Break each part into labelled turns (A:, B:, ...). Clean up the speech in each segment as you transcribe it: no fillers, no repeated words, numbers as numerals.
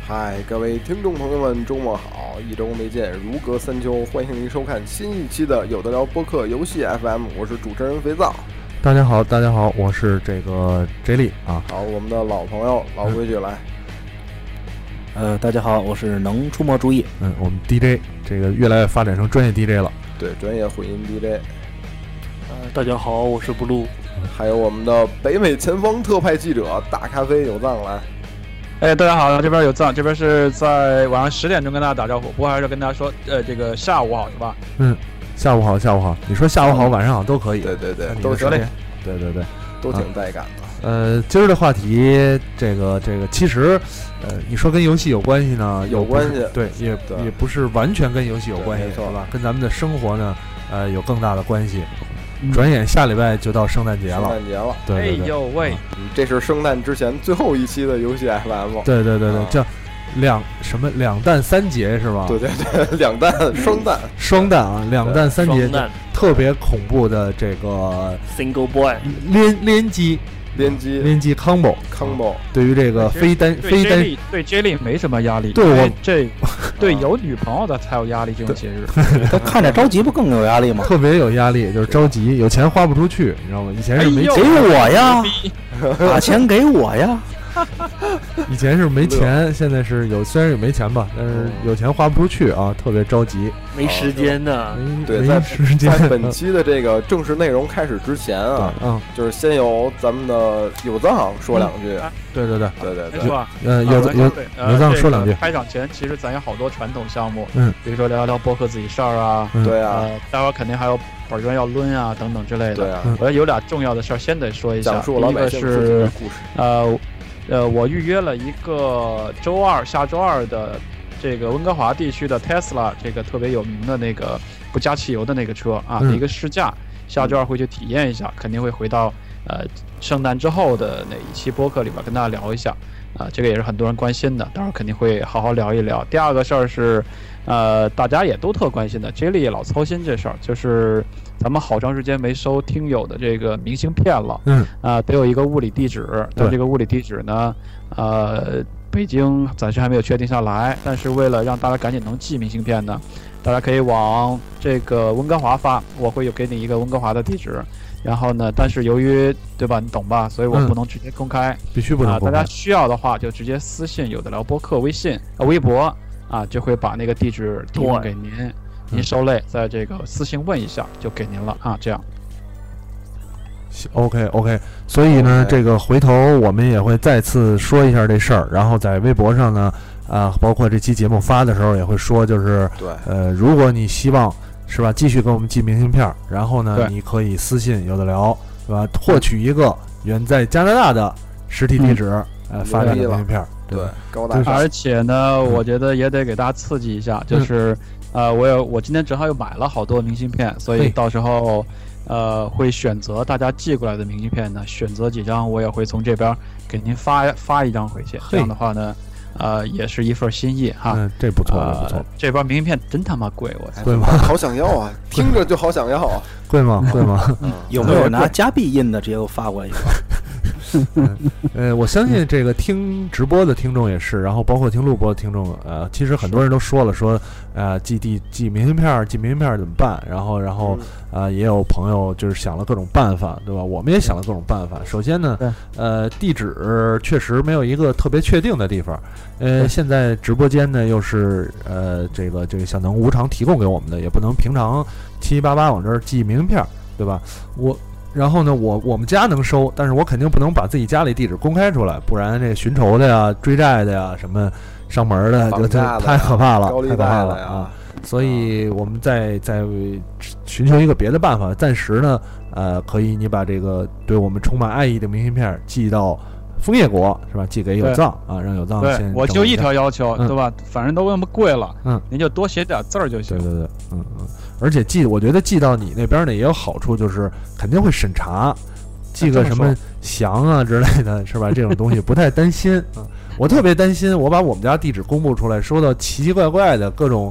A: 嗨，各位听众朋友们，周末好！一周没见，如隔三秋，欢迎您收看新一期的有的聊播客游戏 FM， 我是主持人肥皂。
B: 大家好，我是这个 J 莉啊。
A: 好，我们的老朋友，老规矩来。
C: 大家好，我是能出没注意。
B: 我们 DJ 这个越来越发展成专业 DJ 了。
A: 对，专业混音 DJ。
C: 大家好，我是 Blue。
A: 还有我们的北美前方特派记者大咖啡有藏来。
D: 大家好，这边有藏，这边是在晚上10点钟跟大家打招呼，不过还是跟大家说，这个下午好是吧？
B: 下午好。你说下午好，晚上好都可以。
A: 对，都行。
B: 对，
A: 都挺带感的。
B: 今儿的话题，这个，其实，你说跟游戏有关系呢？
A: 有关系。
B: 对，也不是完全跟游戏有关系，
A: 是吧？
B: 跟咱们的生活呢，有更大的关系。转眼下礼拜就到圣诞节了。对。
D: 哎呦喂，
A: 这是圣诞之前最后一期的游戏 FM。
B: 对，叫两弹三节是吧？
A: 对，两弹双弹啊，两弹三节，特别恐怖的这个
C: Single Boy
B: 联机 combo。对于这个非单
D: 对 J 莉没什么压力，对有女朋友的才有压力这种节日。
C: 他看着着急不更有压力吗？
B: 特别有压力，就是着急，有钱花不出去，你知道吗？以前是没钱，
C: 给我呀，把钱给我呀。
B: 以前是没钱，现在是有，虽然也没钱吧，但是有钱花不出去啊，特别着急，
C: 没时间呢。
A: 对，在本期的这个正式内容开始之前啊，就是先由咱们的有藏说两句。
B: 对，
D: 是吧？
B: 有藏说两句。
D: 开场前，其实咱有好多传统项目，比如说聊聊播客自己事儿啊，
A: 对啊，
D: 待会儿肯定还有本专要抡啊等等之类的。
A: 对啊，
D: 我有俩重要的事儿，先得说一下。
A: 讲述老百姓的故
D: 事。我预约了一个下周二的这个温哥华地区的 Tesla 这个特别有名的那个不加汽油的那个车啊，一个试驾，下周二会去体验一下，肯定会回到圣诞之后的那一期播客里边跟大家聊一下啊，这个也是很多人关心的，待会儿肯定会好好聊一聊。第二个事儿是大家也都特关心的 J 莉也老操心这事儿，就是咱们好长时间没收听友的这个明信片了，得有一个物理地址，但这个物理地址呢，北京暂时还没有确定下来，但是为了让大家赶紧能寄明信片呢，大家可以往这个温哥华发，我会有给你一个温哥华的地址，然后呢，但是由于对吧，你懂吧，所以我不能直接公开，
B: 必须不能公开。
D: 大家需要的话就直接私信有的聊播客微信微博就会把那个地址提供给您。您受累，在这个私信问一下就给您了啊，这样。
B: OK， 所以呢，这个回头我们也会再次说一下这事儿，然后在微博上呢，包括这期节目发的时候也会说，就是如果你希望是吧，继续给我们寄明信片，然后呢，你可以私信有的聊，是吧？获取一个远在加拿大的实体地址，发这个明信片，
A: 对，高大上。
D: 而且呢，我觉得也得给大家刺激一下，就是。我今天正好又买了好多明信片，所以到时候会选择大家寄过来的明信片呢，选择几张，我也会从这边给您发一张回去。这样的话呢，也是一份心意哈。
B: 这不错，不错。
D: 这边明信片真他妈贵，我操！
B: 贵吗？
A: 好想要啊，听着就好想要啊。
B: 贵吗？
C: 有没有拿加币印的直接给我发过来一个？
B: 我相信这个听直播的听众也是，然后包括听录播的听众，其实很多人都说了，说寄明信片怎么办？然后也有朋友就是想了各种办法，对吧？我们也想了各种办法。首先呢，地址确实没有一个特别确定的地方，现在直播间呢又是这个小能无偿提供给我们的，也不能平常788往这儿寄明信片，对吧？然后呢，我们家能收，但是我肯定不能把自己家里地址公开出来，不然这寻仇的呀、追债的呀、什么上门的，就太可怕了，太可怕了啊！所以我们在寻求一个别的办法，暂时呢，可以你把这个对我们充满爱意的明信片寄到枫叶国，是吧？寄给有藏啊，让有藏先。
D: 我就一条要求，对吧？反正都那么贵了，您就多写点字儿就行。
B: 对，而且我觉得寄到你那边呢也有好处，就是肯定会审查，寄个什么翔啊之类的，是吧？这种东西不太担心。我特别担心，我把我们家地址公布出来，收到奇奇怪怪的各种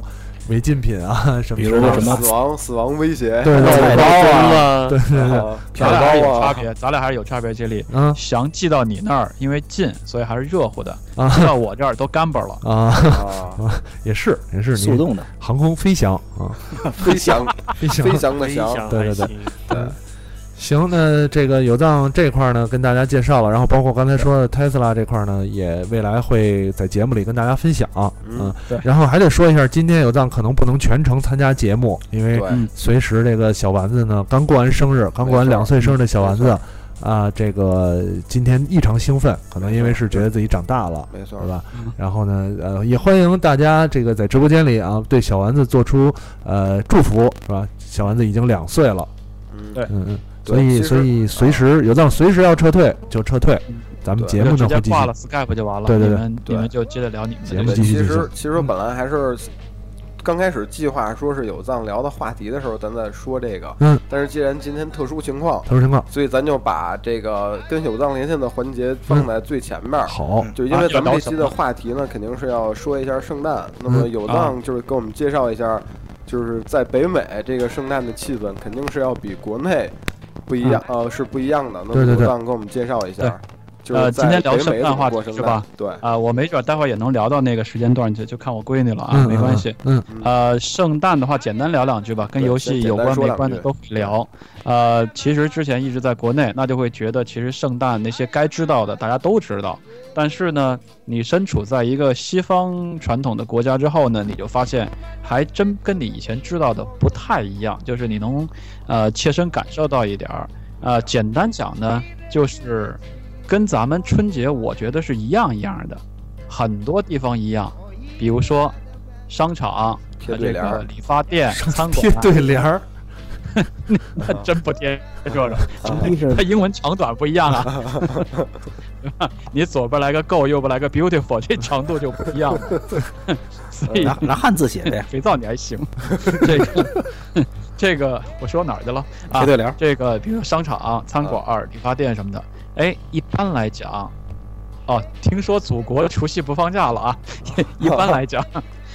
B: 违禁品啊什么，
C: 比如说什么
A: 死亡威胁，
B: 对
C: 菜刀啊，
B: 对对对，
D: 咱俩还是有差别，咱俩还是有差别。这里翔寄到你那儿，因为近，所以还是热乎的；寄到我这儿都干巴了
B: 啊。也是
C: 速冻的
B: 航空飞翔啊，
A: 飞翔的翔，
B: 对。行，那这个有藏这块呢，跟大家介绍了，然后包括刚才说的 Tesla 这块呢，也未来会在节目里跟大家分享。
D: 对。
B: 然后还得说一下，今天有藏可能不能全程参加节目，因为随时这个小丸子呢刚过完生日，刚过完2岁生日的小丸子啊，这个今天异常兴奋，可能因为是觉得自己长大了，
A: 没错，
B: 对吧？然后呢，也欢迎大家这个在直播间里啊，对小丸子做出祝福，是吧？小丸子已经2岁了，
D: 对，
B: 所以随时有藏随时要撤退就撤退，咱们节目呢会继续。
D: 挂了 Skype 就完了。对，你们就接着聊你们
B: 节目继续。
A: 其实本来还是刚开始计划说是有藏聊的话题的时候，咱再说这个。但是既然今天特殊情况，所以咱就把这个跟有藏连线的环节放在最前面。
B: 好，
A: 就因为咱们这期的话题呢，肯定是要说一下圣诞。那么有藏就是给我们介绍一下，就是在北美这个圣诞的气氛肯定是要比国内不一样，是不一样的。那么有藏给我们介绍一下。
D: 今天聊圣诞话题是吧？
A: 对
D: 我没准待会儿也能聊到那个时间段，就看我闺女了啊，没关系。圣诞的话简单聊2句吧，跟游戏有关没关的都会聊。其实之前一直在国内，那就会觉得其实圣诞那些该知道的大家都知道，但是呢，你身处在一个西方传统的国家之后呢，你就发现还真跟你以前知道的不太一样，就是你能切身感受到一点儿。简单讲呢，就是跟咱们春节我觉得是一样的，很多地方一样，比如说商场、这个理发店、餐馆
B: 贴对联儿，
D: 那真不贴说说，它英文长短不一样啊，对吧？你左边来个 go， 右边来个 beautiful， 这长度就不一样了。所以
C: 拿汉字写的，
D: 肥皂你还行。这个我说哪儿去了啊？
C: 贴对联。
D: 这个比如商场、餐馆、理发店什么的。一般来讲，听说祖国除夕不放假了啊。一般来讲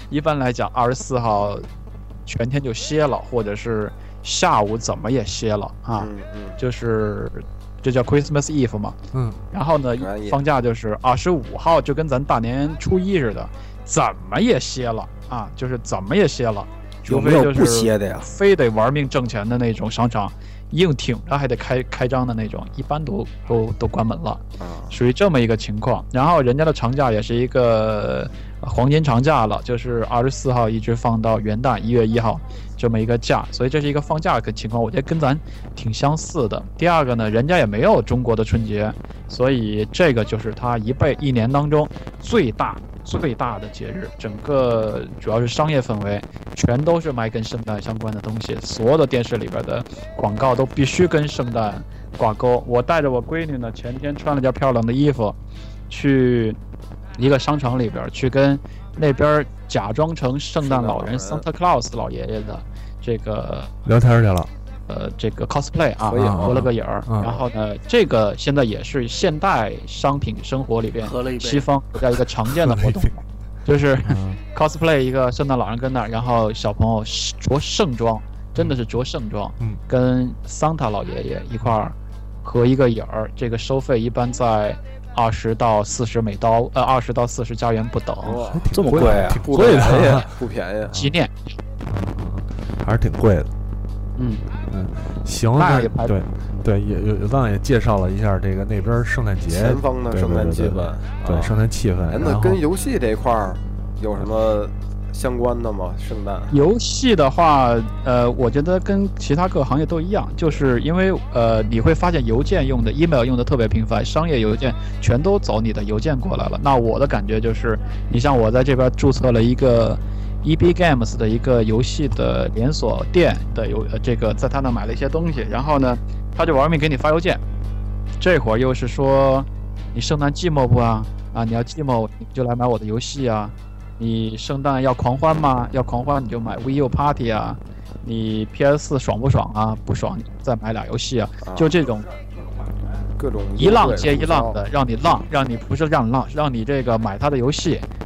D: ，24号全天就歇了，或者是下午怎么也歇了啊。就是这叫 Christmas Eve 嘛。然后呢，放假就是25号，就跟咱大年初一似的，怎么也歇了啊，就是怎么也歇了。
C: 有没有不歇的呀？
D: 非得玩命挣钱的那种商场，硬挺着还得开张的那种，一般都关门了，属于这么一个情况。然后人家的长假也是一个黄金长假了，就是24号一直放到元旦1月1号这么一个假，所以这是一个放假的情况，我觉得跟咱挺相似的。第二个呢，人家也没有中国的春节，所以这个就是他一年当中最大的节日，整个主要是商业氛围全都是卖跟圣诞相关的东西，所有的电视里边的广告都必须跟圣诞挂钩。我带着我闺女呢，前天穿了件漂亮的衣服去一个商场里边，去跟那边假装成圣诞老人 Santa Claus 老爷爷的这个
B: 聊天去了。
D: 这个 cosplay 啊，合了个影儿。然后呢，这个现在也是现代商品生活里边西方国家一个常见的活动，就是 cosplay 一个圣诞老人跟那儿，然后小朋友着圣装，真的是着圣装，跟 Santa 老爷爷一块儿合一个影儿。这个收费一般在20到40美刀，20到40加元不等。
C: 这么贵啊？
B: 挺贵的，
A: 不便宜。
D: 纪念，
B: 还是挺贵的。行，对，有藏也介绍了一下这个那边圣诞节
A: 前方的圣诞气氛，
B: 对圣诞气氛。
A: 那跟游戏这块儿有什么相关的吗？圣诞
D: 游戏的话，我觉得跟其他各行业都一样，就是因为你会发现邮件用的 email 用的特别频繁，商业邮件全都走你的邮件过来了。那我的感觉就是，你像我在这边注册了一个EB Games 的一个游戏的连锁店的这个在他那买了一些东西，然后呢，他就玩命给你发邮件。这会儿又是说，你圣诞寂寞不啊？你要寂寞你就来买我的游戏啊。你圣诞要狂欢吗？要狂欢你就买 Wii U Party 啊。你 PS4 爽不爽啊？不爽你再买俩游戏啊。就这种
A: 各种
D: 一浪接一浪的让你浪，让你不是让你浪，让你这个买他的游戏，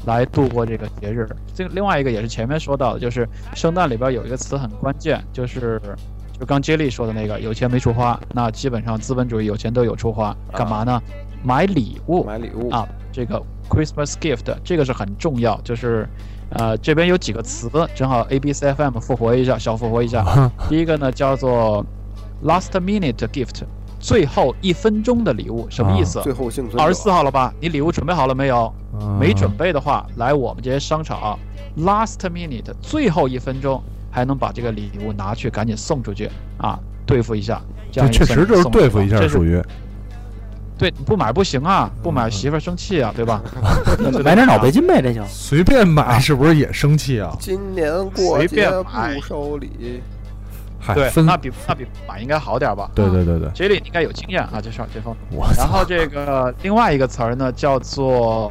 D: 来度过这个节日。这个另外一个也是前面说到的，就是圣诞里边有一个词很关键，就刚接力说的那个有钱没处花，那基本上资本主义有钱都有处花，干嘛呢？买礼物啊，这个 Christmas gift 这个是很重要，就是这边有几个词，正好 ABCFM 小复活一下。第一个呢叫做 last minute gift， 最后1分钟的礼物，什么意思？
A: 最后幸存
D: 24号了吧？你礼物准备好了没有？没准备的话，来我们这些商场 last minute 最后1分钟还能把这个礼物拿去赶紧送出去啊，对付一下。
B: 这确实就是对付一下，属于。
D: 对，不买不行啊，不买媳妇生气啊，对吧？
C: 买点脑白金呗，这就
B: 随便买，是不是也生气啊？
A: 今年过节不收礼。
D: 对，那比买应该好点吧？
B: 对
D: 杰里应该有经验啊，这方面。然后这个另外一个词儿呢，叫做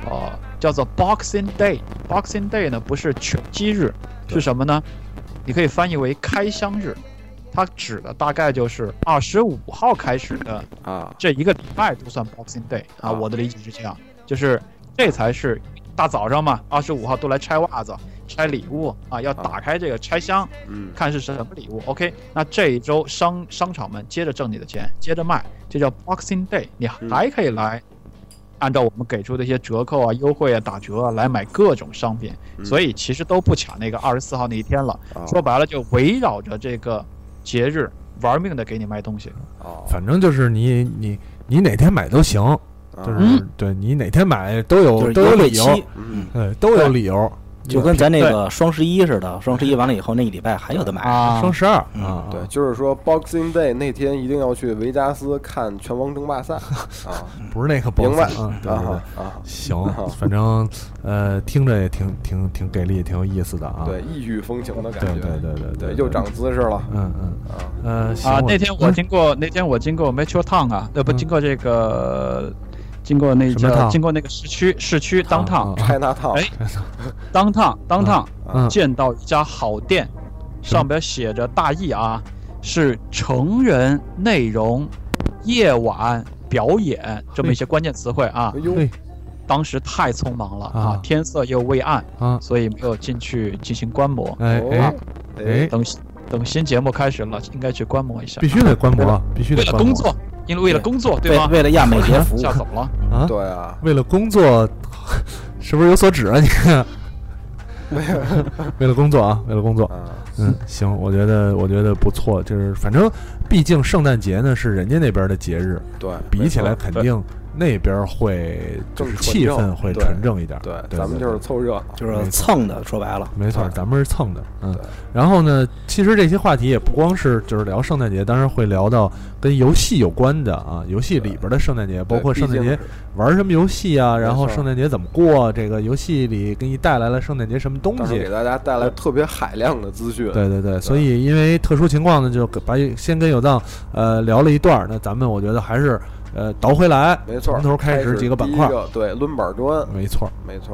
D: Boxing Day。Boxing Day 呢不是拳击日，是什么呢？你可以翻译为开箱日。它指的大概就是25号开始的这一个礼拜都算 Boxing Day 啊。我的理解是这样，就是这才是大早上嘛，25号都来拆袜子、拆礼物啊，要打开这个拆箱，看是什么礼物。OK， 那这一周商场们接着挣你的钱，接着卖，这叫 Boxing Day。你还可以来按照我们给出的一些折扣啊、优惠啊、打折啊来买各种商品，所以其实都不卡那个24号那一天了。说白了，就围绕着这个节日玩命的给你卖东西。
B: 反正就是你哪天买都行，就是对你哪天买都有理由，都有理由。
C: 就跟咱那个双11似的，双11完了以后那一礼拜还有的买。
B: 双12啊，
A: 对，就是说 Boxing Day 那天一定要去维加斯看拳王争霸赛啊，
B: 不是那个 Boxing，
A: 明白
B: 对，行，反正听着也挺给力，挺有意思的啊。
A: 对，异域风情的感觉。
B: 对，
A: 又长姿势了。
D: 那天我经过 Metro Town 啊，不经过这个。经过那个市区 downtown
A: Chinatown，
D: downtown 见到一家好店，上边写着大意啊，是成人内容夜晚表演这么一些关键词汇啊。当时太匆忙了啊，天色又未暗啊，所以没有进去进行观摩。等新节目开始了，应该去观摩一下。
B: 必须得观摩，必须得观摩。
D: 为了工作。因为了工作，对吧？
C: 为了亚美节服务，
D: 吓走了
B: 啊！
A: 对啊，
B: 为了工作，是不是有所指啊？你看，为了工作啊，为了工作。行，我觉得不错，就是反正，毕竟圣诞节呢是人家那边的节日，
A: 对，
B: 比起来肯定那边会就是气氛会纯正一点。
A: 对，咱们就是凑热闹，
C: 就是蹭的，说白了，
B: 没错，咱们是蹭的。然后呢，其实这些话题也不光是就是聊圣诞节，当然会聊到跟游戏有关的啊，游戏里边的圣诞节，包括圣诞节玩什么游戏啊，然后圣诞节怎么过，这个游戏里给你带来了圣诞节什么东西，
A: 给大家带来特别海量的资讯。
B: 对，所以因为特殊情况呢，就先跟有藏聊了一段，那咱们我觉得还是倒回来，
A: 没错，
B: 从头开始几个板块，
A: 对，抡板砖，
B: 没错。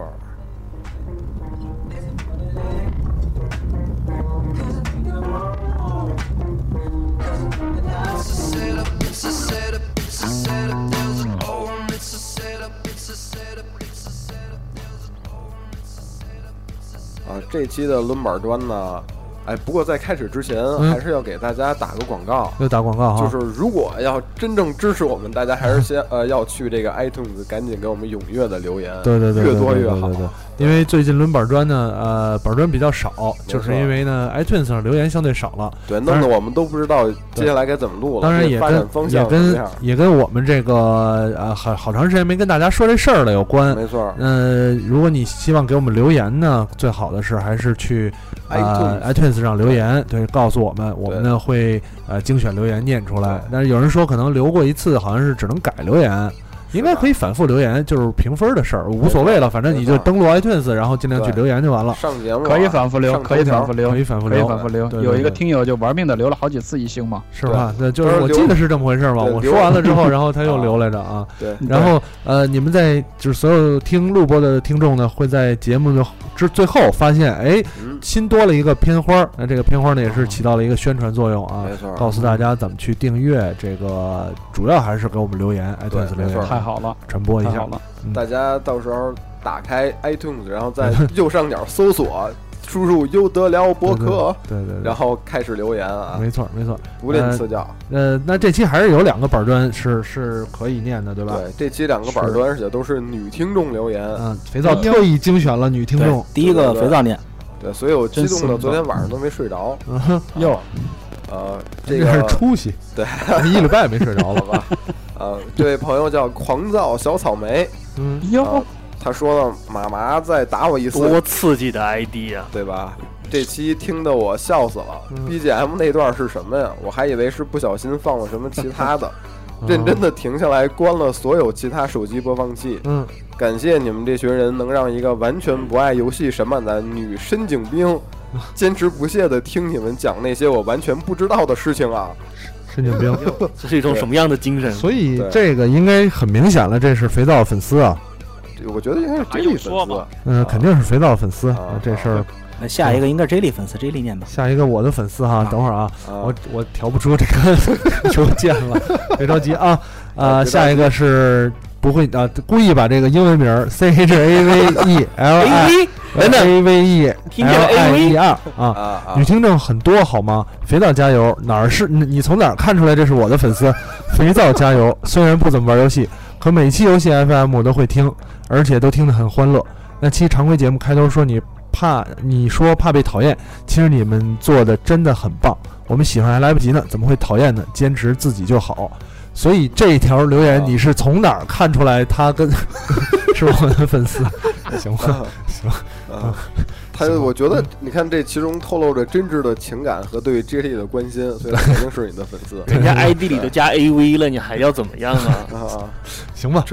A: 这期的抡板砖呢，不过在开始之前，还是要给大家打个广告。
B: 又打广告哈，
A: 就是如果要真正支持我们，大家还是先要去这个 iTunes 赶紧给我们踊跃的留言，
B: 对，
A: 越多越好。
B: 对，因为最近抡板砖呢，板砖比较少，就是因为呢 iTunes 上留言相对少了，
A: 对，弄得我们都不知道接下来该怎么录了。
B: 当然也跟我们这个好长时间没跟大家说这事儿了有关。
A: 没错。
B: 如果你希望给我们留言呢，最好的是还是去iTunes 上留言，对，告诉我们，我们呢会精选留言念出来。但是有人说可能留过一次，好像是只能改留言。应该可以反复留言，就是评分的事儿，无所谓了，反正你就登录 iTunes， 然后尽量去留言就完了。
A: 上节目
D: 可以反复留，可以反复留。
B: 对，
D: 有一个听友就玩命的留了好几次1星嘛，
B: 是吧？对，就是我记得是这么回事嘛。我说完了之后，然后他又留来着啊。
A: 对。
B: 然后你们在就是所有听录播的听众呢，会在节目的最后发现，新多了一个片花。那这个片花呢，也是起到了一个宣传作用啊，告诉大家怎么去订阅。这个主要还是给我们留言，iTunes 留言。
D: 太好了，
B: 传播一下。
A: 大家到时候打开 iTunes， 然后在右上角搜索。输入优得了播客，
B: 对，
A: 然后开始留言啊，
B: 没错，
A: 不吝赐教。
B: 那这期还是有2个板砖是可以念的，对吧？
A: 对，这期2个板砖，而且都是女听众留言。
B: 肥皂特意精选了女听众，
C: 第一个肥皂念。
A: 对，所以我激动的昨天晚上都没睡着。
B: 哟，
A: 这个
B: 是出息，
A: 对
B: ，1礼拜没睡着了
A: 吧？这位朋友叫狂躁小草莓，
D: 哟。
A: 他说呢，妈妈再打我一次，
C: 多刺激的 ID 啊，
A: 对吧？这期听得我笑死了。BGM 那段是什么呀？我还以为是不小心放了什么其他的，认真的停下来关了所有其他手机播放器。感谢你们这群人能让一个完全不爱游戏什么的女深井兵，坚持不懈的听你们讲那些我完全不知道的事情啊。
B: 深井兵，
C: 这是一种什么样的精神？
B: 所以这个应该很明显了，这是肥皂粉丝啊。
A: 我觉得应该是 J 莉粉丝，
B: 肯定是肥皂粉丝。这事儿，
C: 那下一个应该 J 莉粉丝，J 莉念吧。
B: 下一个我的粉丝哈，等会儿啊，我调不出这个邮件了，别着急啊。下一个是不会故意把这个英文名 CHAVELIAVEELIER 女听众很多好吗？肥皂加油！你从哪儿看出来这是我的粉丝？肥皂加油！虽然不怎么玩游戏，可每期游戏 FM 都会听，而且都听得很欢乐。那期常规节目开头说你说怕被讨厌，其实你们做的真的很棒，我们喜欢还来不及呢，怎么会讨厌呢？坚持自己就好。所以这一条留言你是从哪儿看出来他跟是我的粉丝？行吧，行
A: 我觉得你看这其中透露着真挚的情感和对 J T 的关心，所以他肯定是你的粉丝。
C: 人家 ID 里都加 AV 了，你还要怎么样啊？
B: 行吧，
A: 这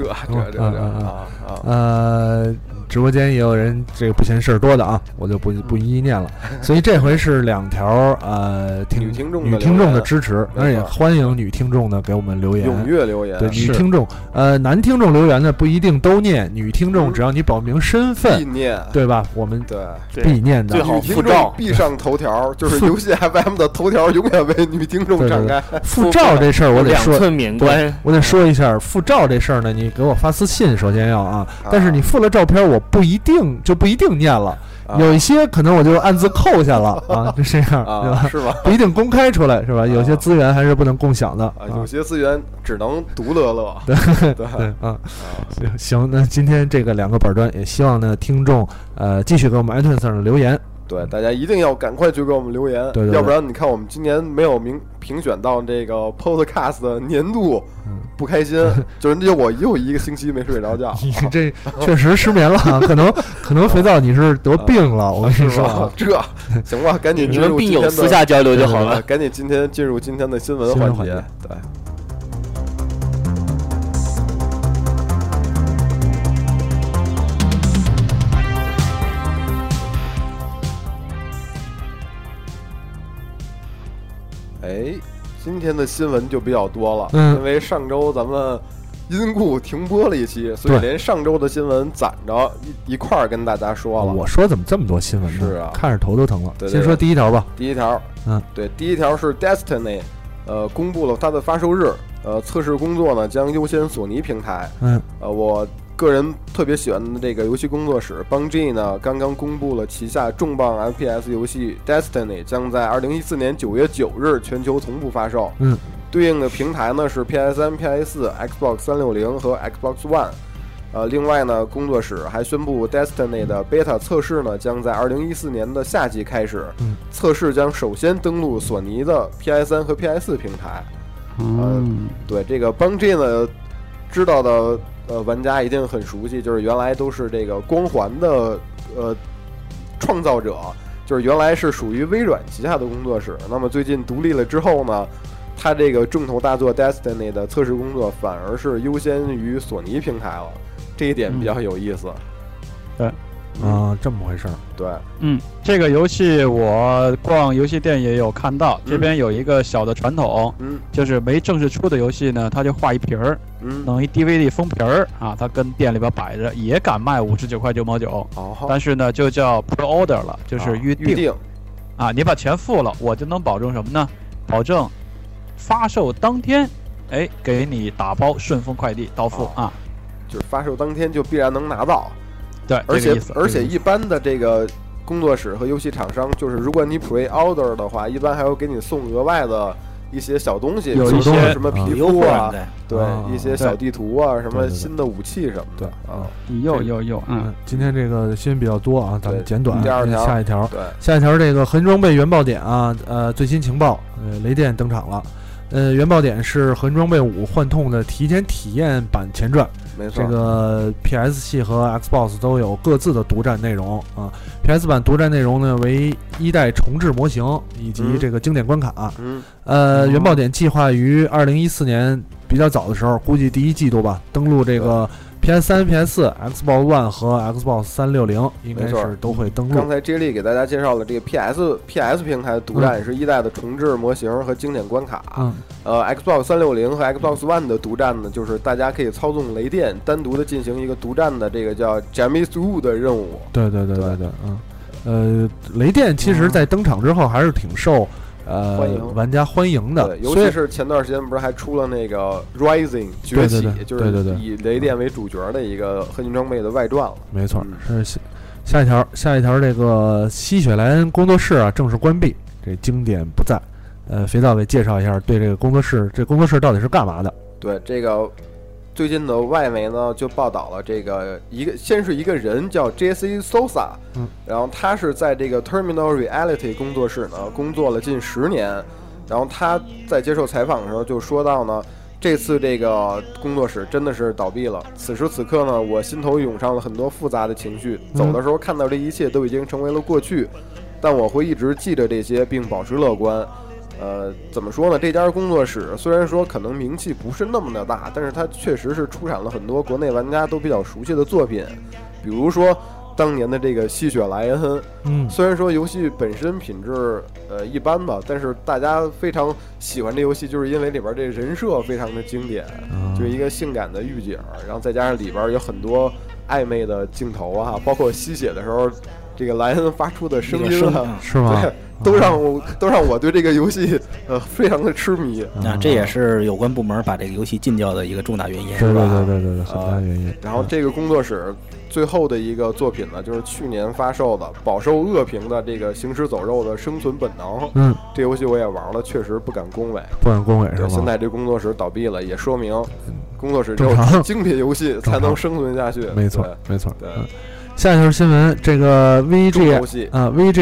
B: 直播间也有人这个不嫌事儿多的啊，我就不一一念了。所以这回是2条
A: 女听
B: 众的支持，当然也欢迎女听众呢给我们留言，
A: 踊跃留言。
B: 对，女听众男听众留言呢不一定都念，女听众只要你保明身份，
A: 必念，
B: 对吧？我们
A: 对
B: 必念的，
C: 最好附照，
A: 必上头条，就是游戏 FM 的头条永远为女听众展开。
B: 附照这事儿我得说
C: 2寸免关，
B: 我得说一下附照这事儿呢，你给我发私信首先要啊，但是你附了照片我不一定念了，有一些可能我就暗自扣下了啊，就这样，对吧？
A: 是吧？
B: 不一定公开出来，是吧？有些资源还是不能共享的，
A: 有些资源只能独乐乐。
B: 对行，那今天这个2个板砖，也希望呢听众继续给我们 iTunes 上留言。
A: 对，大家一定要赶快去给我们留言，
B: 对，
A: 要不然你看我们今年没有评选到这个 Podcast 的年度，不开心，就是我又1个星期没睡着觉。
B: 你这确实失眠了，可能肥皂你是得病了，我跟你说。
A: 这行吧，赶紧
C: 你们病友私下交流就好了。
A: 赶紧进入今天的新闻环节。对。今天的新闻就比较多了，因为上周咱们因故停播了一期，所以连上周的新闻攒着一块儿跟大家说了。
B: 我说怎么这么多新闻呢？
A: 是啊，
B: 看着头都疼了。
A: 对，
B: 先说第一条吧。
A: 第一条，对，第一条是 Destiny， 公布了它的发售日，测试工作呢将优先索尼平台。我个人特别喜欢的这个游戏工作室 Bungie 呢，刚刚公布了旗下重磅 FPS 游戏 Destiny 将在2014年9月9日全球同步发售。对应的平台呢是 PS3、PS4、Xbox 360和 Xbox One。另外呢，工作室还宣布 Destiny 的 Beta 测试呢将在2014年的夏季开始。测试将首先登陆索尼的 PS3 和 PS4 平台。对，这个 Bungie 呢，知道的玩家一定很熟悉，就是原来都是这个光环的创造者，就是原来是属于微软旗下的工作室。那么最近独立了之后呢，他这个重头大作 Destiny 的测试工作反而是优先于索尼平台了，这一点比较有意思。
D: 对。
B: 这么回事儿。
A: 对，
D: 这个游戏我逛游戏店也有看到，这边有一个小的传统，就是没正式出的游戏呢，他就画一瓶儿，弄一 DVD 封皮儿啊，他跟店里边摆着，也敢卖59块9毛9，但是呢就叫 pre-order 了，就是预定啊，你把钱付了，我就能保证什么呢？保证发售当天，给你打包顺丰快递到付啊，
A: 就是发售当天就必然能拿到。
D: 对，
A: 而且一般的这个工作室和游戏厂商，就是如果你 pre-order 的话，一般还会给你送额外的一些小东西，
D: 有一些
A: 什么皮肤啊，对，一些小地图啊，什么新的武器什么的。
D: 有，
B: 今天这个新闻比较多啊，咱们简短。
A: 第二条，
B: 下一条，
A: 对，
B: 下一条这个核心装备原爆点啊，最新情报，雷电登场了。原爆点是核心装备5幻痛的提前体验版前传，
A: 没错。
B: 这个 PS 系和 Xbox 都有各自的独占内容啊。PS 版独占内容呢为1代重置模型以及这个经典关卡。原爆点计划于2014年比较早的时候，估计第1季度吧，登陆这个PS3、PS4、Xbox One 和 Xbox 360，应该是都会登陆。
A: 刚才 J 莉给大家介绍了这个 PS 平台的独占是1代的重置模型和经典关卡。Xbox 360和 Xbox One 的独占呢，就是大家可以操纵雷电单独的进行一个独占的这个叫 Jammy's Woo 的任务。
B: 对，雷电其实在登场之后还是挺受玩家欢迎的，
A: 尤其是前段时间不是还出了那个 Rising 崛起，就是以雷电为主角的一个合金装备的外传了。
B: 没错，是下一条，这个吸血莱恩工作室啊正式关闭，这经典不在。肥皂给介绍一下，对这个工作室，这工作室到底是干嘛的？
A: 对，这个最近的外媒呢就报道了这个先是一个人叫 Jesse Sosa，然后他是在这个 Terminal Reality 工作室呢工作了近10年，然后他在接受采访的时候就说到呢，这次这个工作室真的是倒闭了。此时此刻呢，我心头涌上了很多复杂的情绪，走的时候看到这一切都已经成为了过去，但我会一直记着这些并保持乐观。怎么说呢？这家工作室虽然说可能名气不是那么的大，但是它确实是出产了很多国内玩家都比较熟悉的作品，比如说当年的这个吸血莱恩。虽然说游戏本身品质一般吧，但是大家非常喜欢这游戏，就是因为里边这人设非常的经典，就是一个性感的御姐，然后再加上里边有很多暧昧的镜头啊，包括吸血的时候这个莱恩发出的声音啊，
B: 是吗？
A: 都让我对这个游戏非常的痴迷
C: 啊，这也是有关部门把这个游戏禁掉的一个重大原因，
B: 是吧？对，很大原因。
A: 然后这个工作室最后的一个作品呢，就是去年发售的饱受恶评的这个行尸走肉的生存本能。这游戏我也玩了，确实不敢恭维，是吧？现在这工作室倒闭了，也说明工作室只有精品游戏才能生存下去。
B: 没错。
A: 对。
B: 下一条新闻，这个 VGX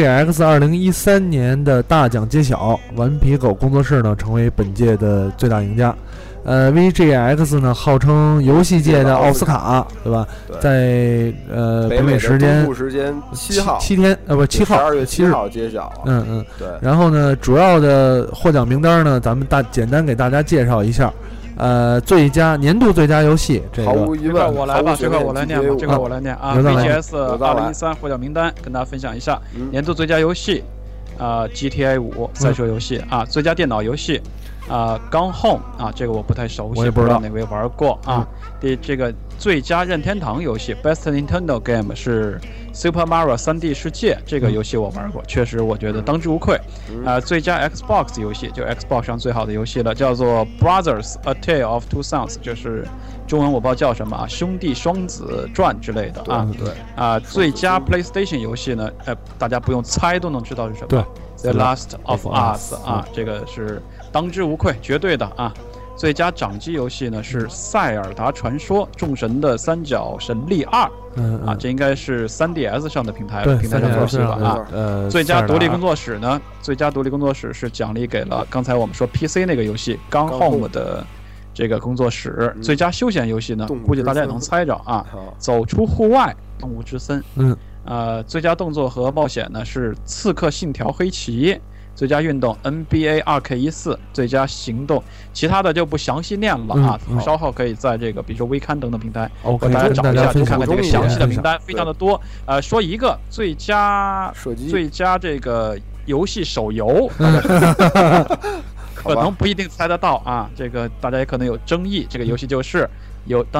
B: 2013年的大奖揭晓，顽皮狗工作室呢成为本届的最大赢家。VGX 呢号称游戏界的奥斯卡，对吧？在北美时间
A: 7号
B: ，7天不7号
A: ，12月7号揭晓。
B: 对。然后呢，主要的获奖名单呢，咱们简单给大家介绍一下。年度最佳游戏，
A: 毫无疑问，
D: 我来吧，这个我来念啊。VGS 2013获奖名单跟大家分享一下。年度最佳游戏，GTA 5赛车游戏啊，最佳电脑游戏，Gone Home 啊，这个我不太熟悉，
B: 我也不知道
D: 哪位玩过啊。这个最佳任天堂游戏 Best Nintendo Game 是 Super Mario 3D 世界，这个游戏我玩过，确实我觉得当之无愧。最佳 Xbox 游戏就 Xbox 上最好的游戏了，叫做 Brothers: A Tale of Two Sons， 就是中文我不知道叫什么啊，兄弟双子传之类的啊。
A: 对。
D: 最佳 PlayStation 游戏呢，大家不用猜都能知道是什么。
B: 对。
D: The Last of Us 啊，这个是当之无愧，绝对的啊。最佳掌机游戏呢是《塞尔达传说：众神的三角神力2》这应该是 3DS 上的平台上的游戏了啊。最佳独立工作室呢，最佳独立工作室是奖励给了刚才我们说 PC 那个游戏 Gone Home 的这个工作室。最佳休闲游戏呢，估计大家也能猜着啊，走出户外，动物之森。最佳动作和冒险呢是《刺客信条：黑旗》。最佳运动 NBA 2K14，最佳行动，其他的就不详细念了啊。稍后可以在这个比如说微刊等等平台，大家找一下，去看看这个详细的名单，非常的多。说一个最佳这个游戏手游，可能不一定猜得到啊。这个大家也可能有争议。这个游戏就是有噔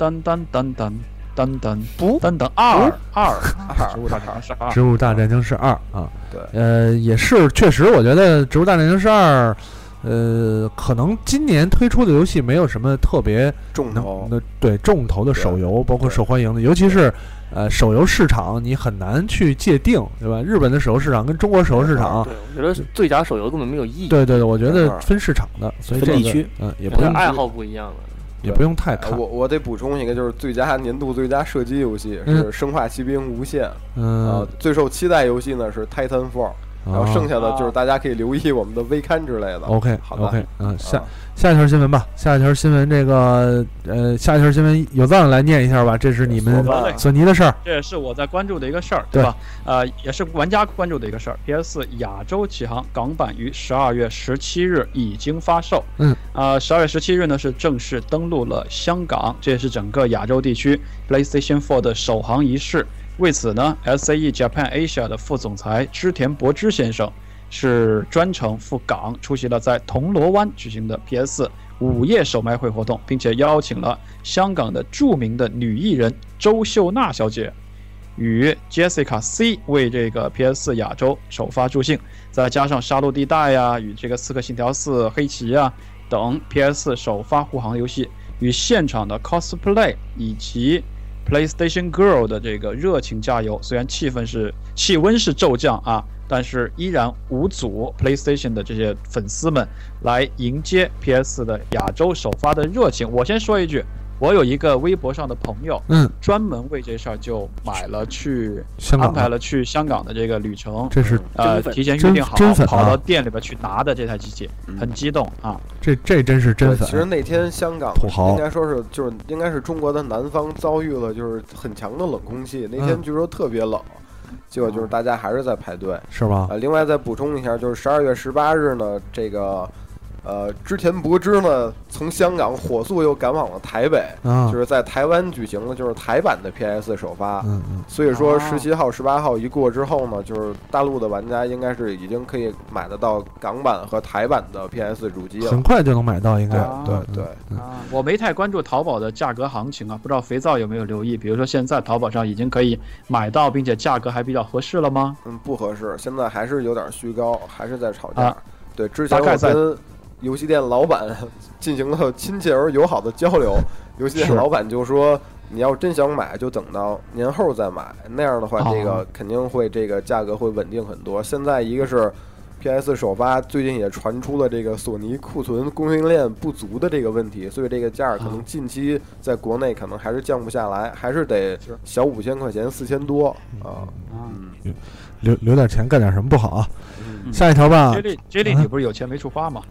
D: 2，植物大战僵尸2啊，
A: 对，
B: 也是确实，我觉得植物大战僵尸2， 可能今年推出的游戏没有什么特别
A: 重头，
B: 对重头的手游，包括受欢迎的，尤其是手游市场你很难去界定，对吧？日本的手游市场跟中国手游市场，
E: 对，我觉得最佳手游根本没有意义。
B: 对，我觉得分市场的，所以
C: 分地区，
B: 也不用
E: 爱好不一样了。
B: 也不用太看。
A: 我得补充一个，就是年度最佳射击游戏是《生化奇兵：无限》，最受期待游戏呢是 Titanfall，然后剩下的就是大家可以留意我们的微刊之类的。
B: OK，
A: 好的
B: ，OK， 下一条新闻吧。下一条新闻，这个下一条新闻有藏来念一下吧。这是你们索尼的事儿，
D: 这也是我在关注的一个事儿，对吧？也是玩家关注的一个事儿。PS4 亚洲启航港版于12月17日已经发售。12月17日呢是正式登陆了香港，这也是整个亚洲地区 PlayStation 4的首航仪式。为此呢 ，SAE Japan Asia 的副总裁织田博之先生是专程赴港出席了在铜锣湾举行的 PS4 午夜首卖会活动，并且邀请了香港的著名的女艺人周秀娜小姐与 Jessica C 为这个 PS4 亚洲首发助兴，再加上杀戮地带呀、与这个刺客信条4、黑旗啊等 PS4 首发护航游戏，与现场的 cosplay 以及 PlayStation Girl 的这个热情加油。虽然气温是骤降啊，但是依然无阻 PlayStation 的这些粉丝们来迎接 PS 的亚洲首发的热情。我先说一句，我有一个微博上的朋友，专门为这事儿就买了安排了去香港的这个旅程，
B: 这是
D: 提前预定好，跑到店里边去拿的这台机器，很激动啊！
B: 这真是真粉。
A: 其实那天香港
B: 土豪
A: 应该说是应该是中国的南方遭遇了就是很强的冷空气，那天据说特别冷。结果就是大家还是在排队，
B: 是吧？
A: 另外再补充一下，就是12月18日呢，这个织田博之呢从香港火速又赶往了台北，就是在台湾举行了就是台版的 PS 首发。所以说17号、18号一过之后呢，就是大陆的玩家应该是已经可以买得到港版和台版的 PS 主机了，
B: 很快就能买到，应该。
A: 对。
D: 我没太关注淘宝的价格行情啊，不知道肥皂有没有留意？比如说现在淘宝上已经可以买到，并且价格还比较合适了吗？
A: 不合适，现在还是有点虚高，还是在吵架。对，之前我跟游戏店老板进行了亲切而友好的交流，游戏店老板就说，你要真想买就等到年后再买，那样的话这个肯定会这个价格会稳定很多。现在一个是 PS 首发，最近也传出了这个索尼库存供应链不足的这个问题，所以这个价可能近期在国内可能还是降不下来，还是得小5000块钱，4000多啊。
B: 留点钱干点什么不好啊？下一条吧。
D: 杰里，你不是有钱没处花吗？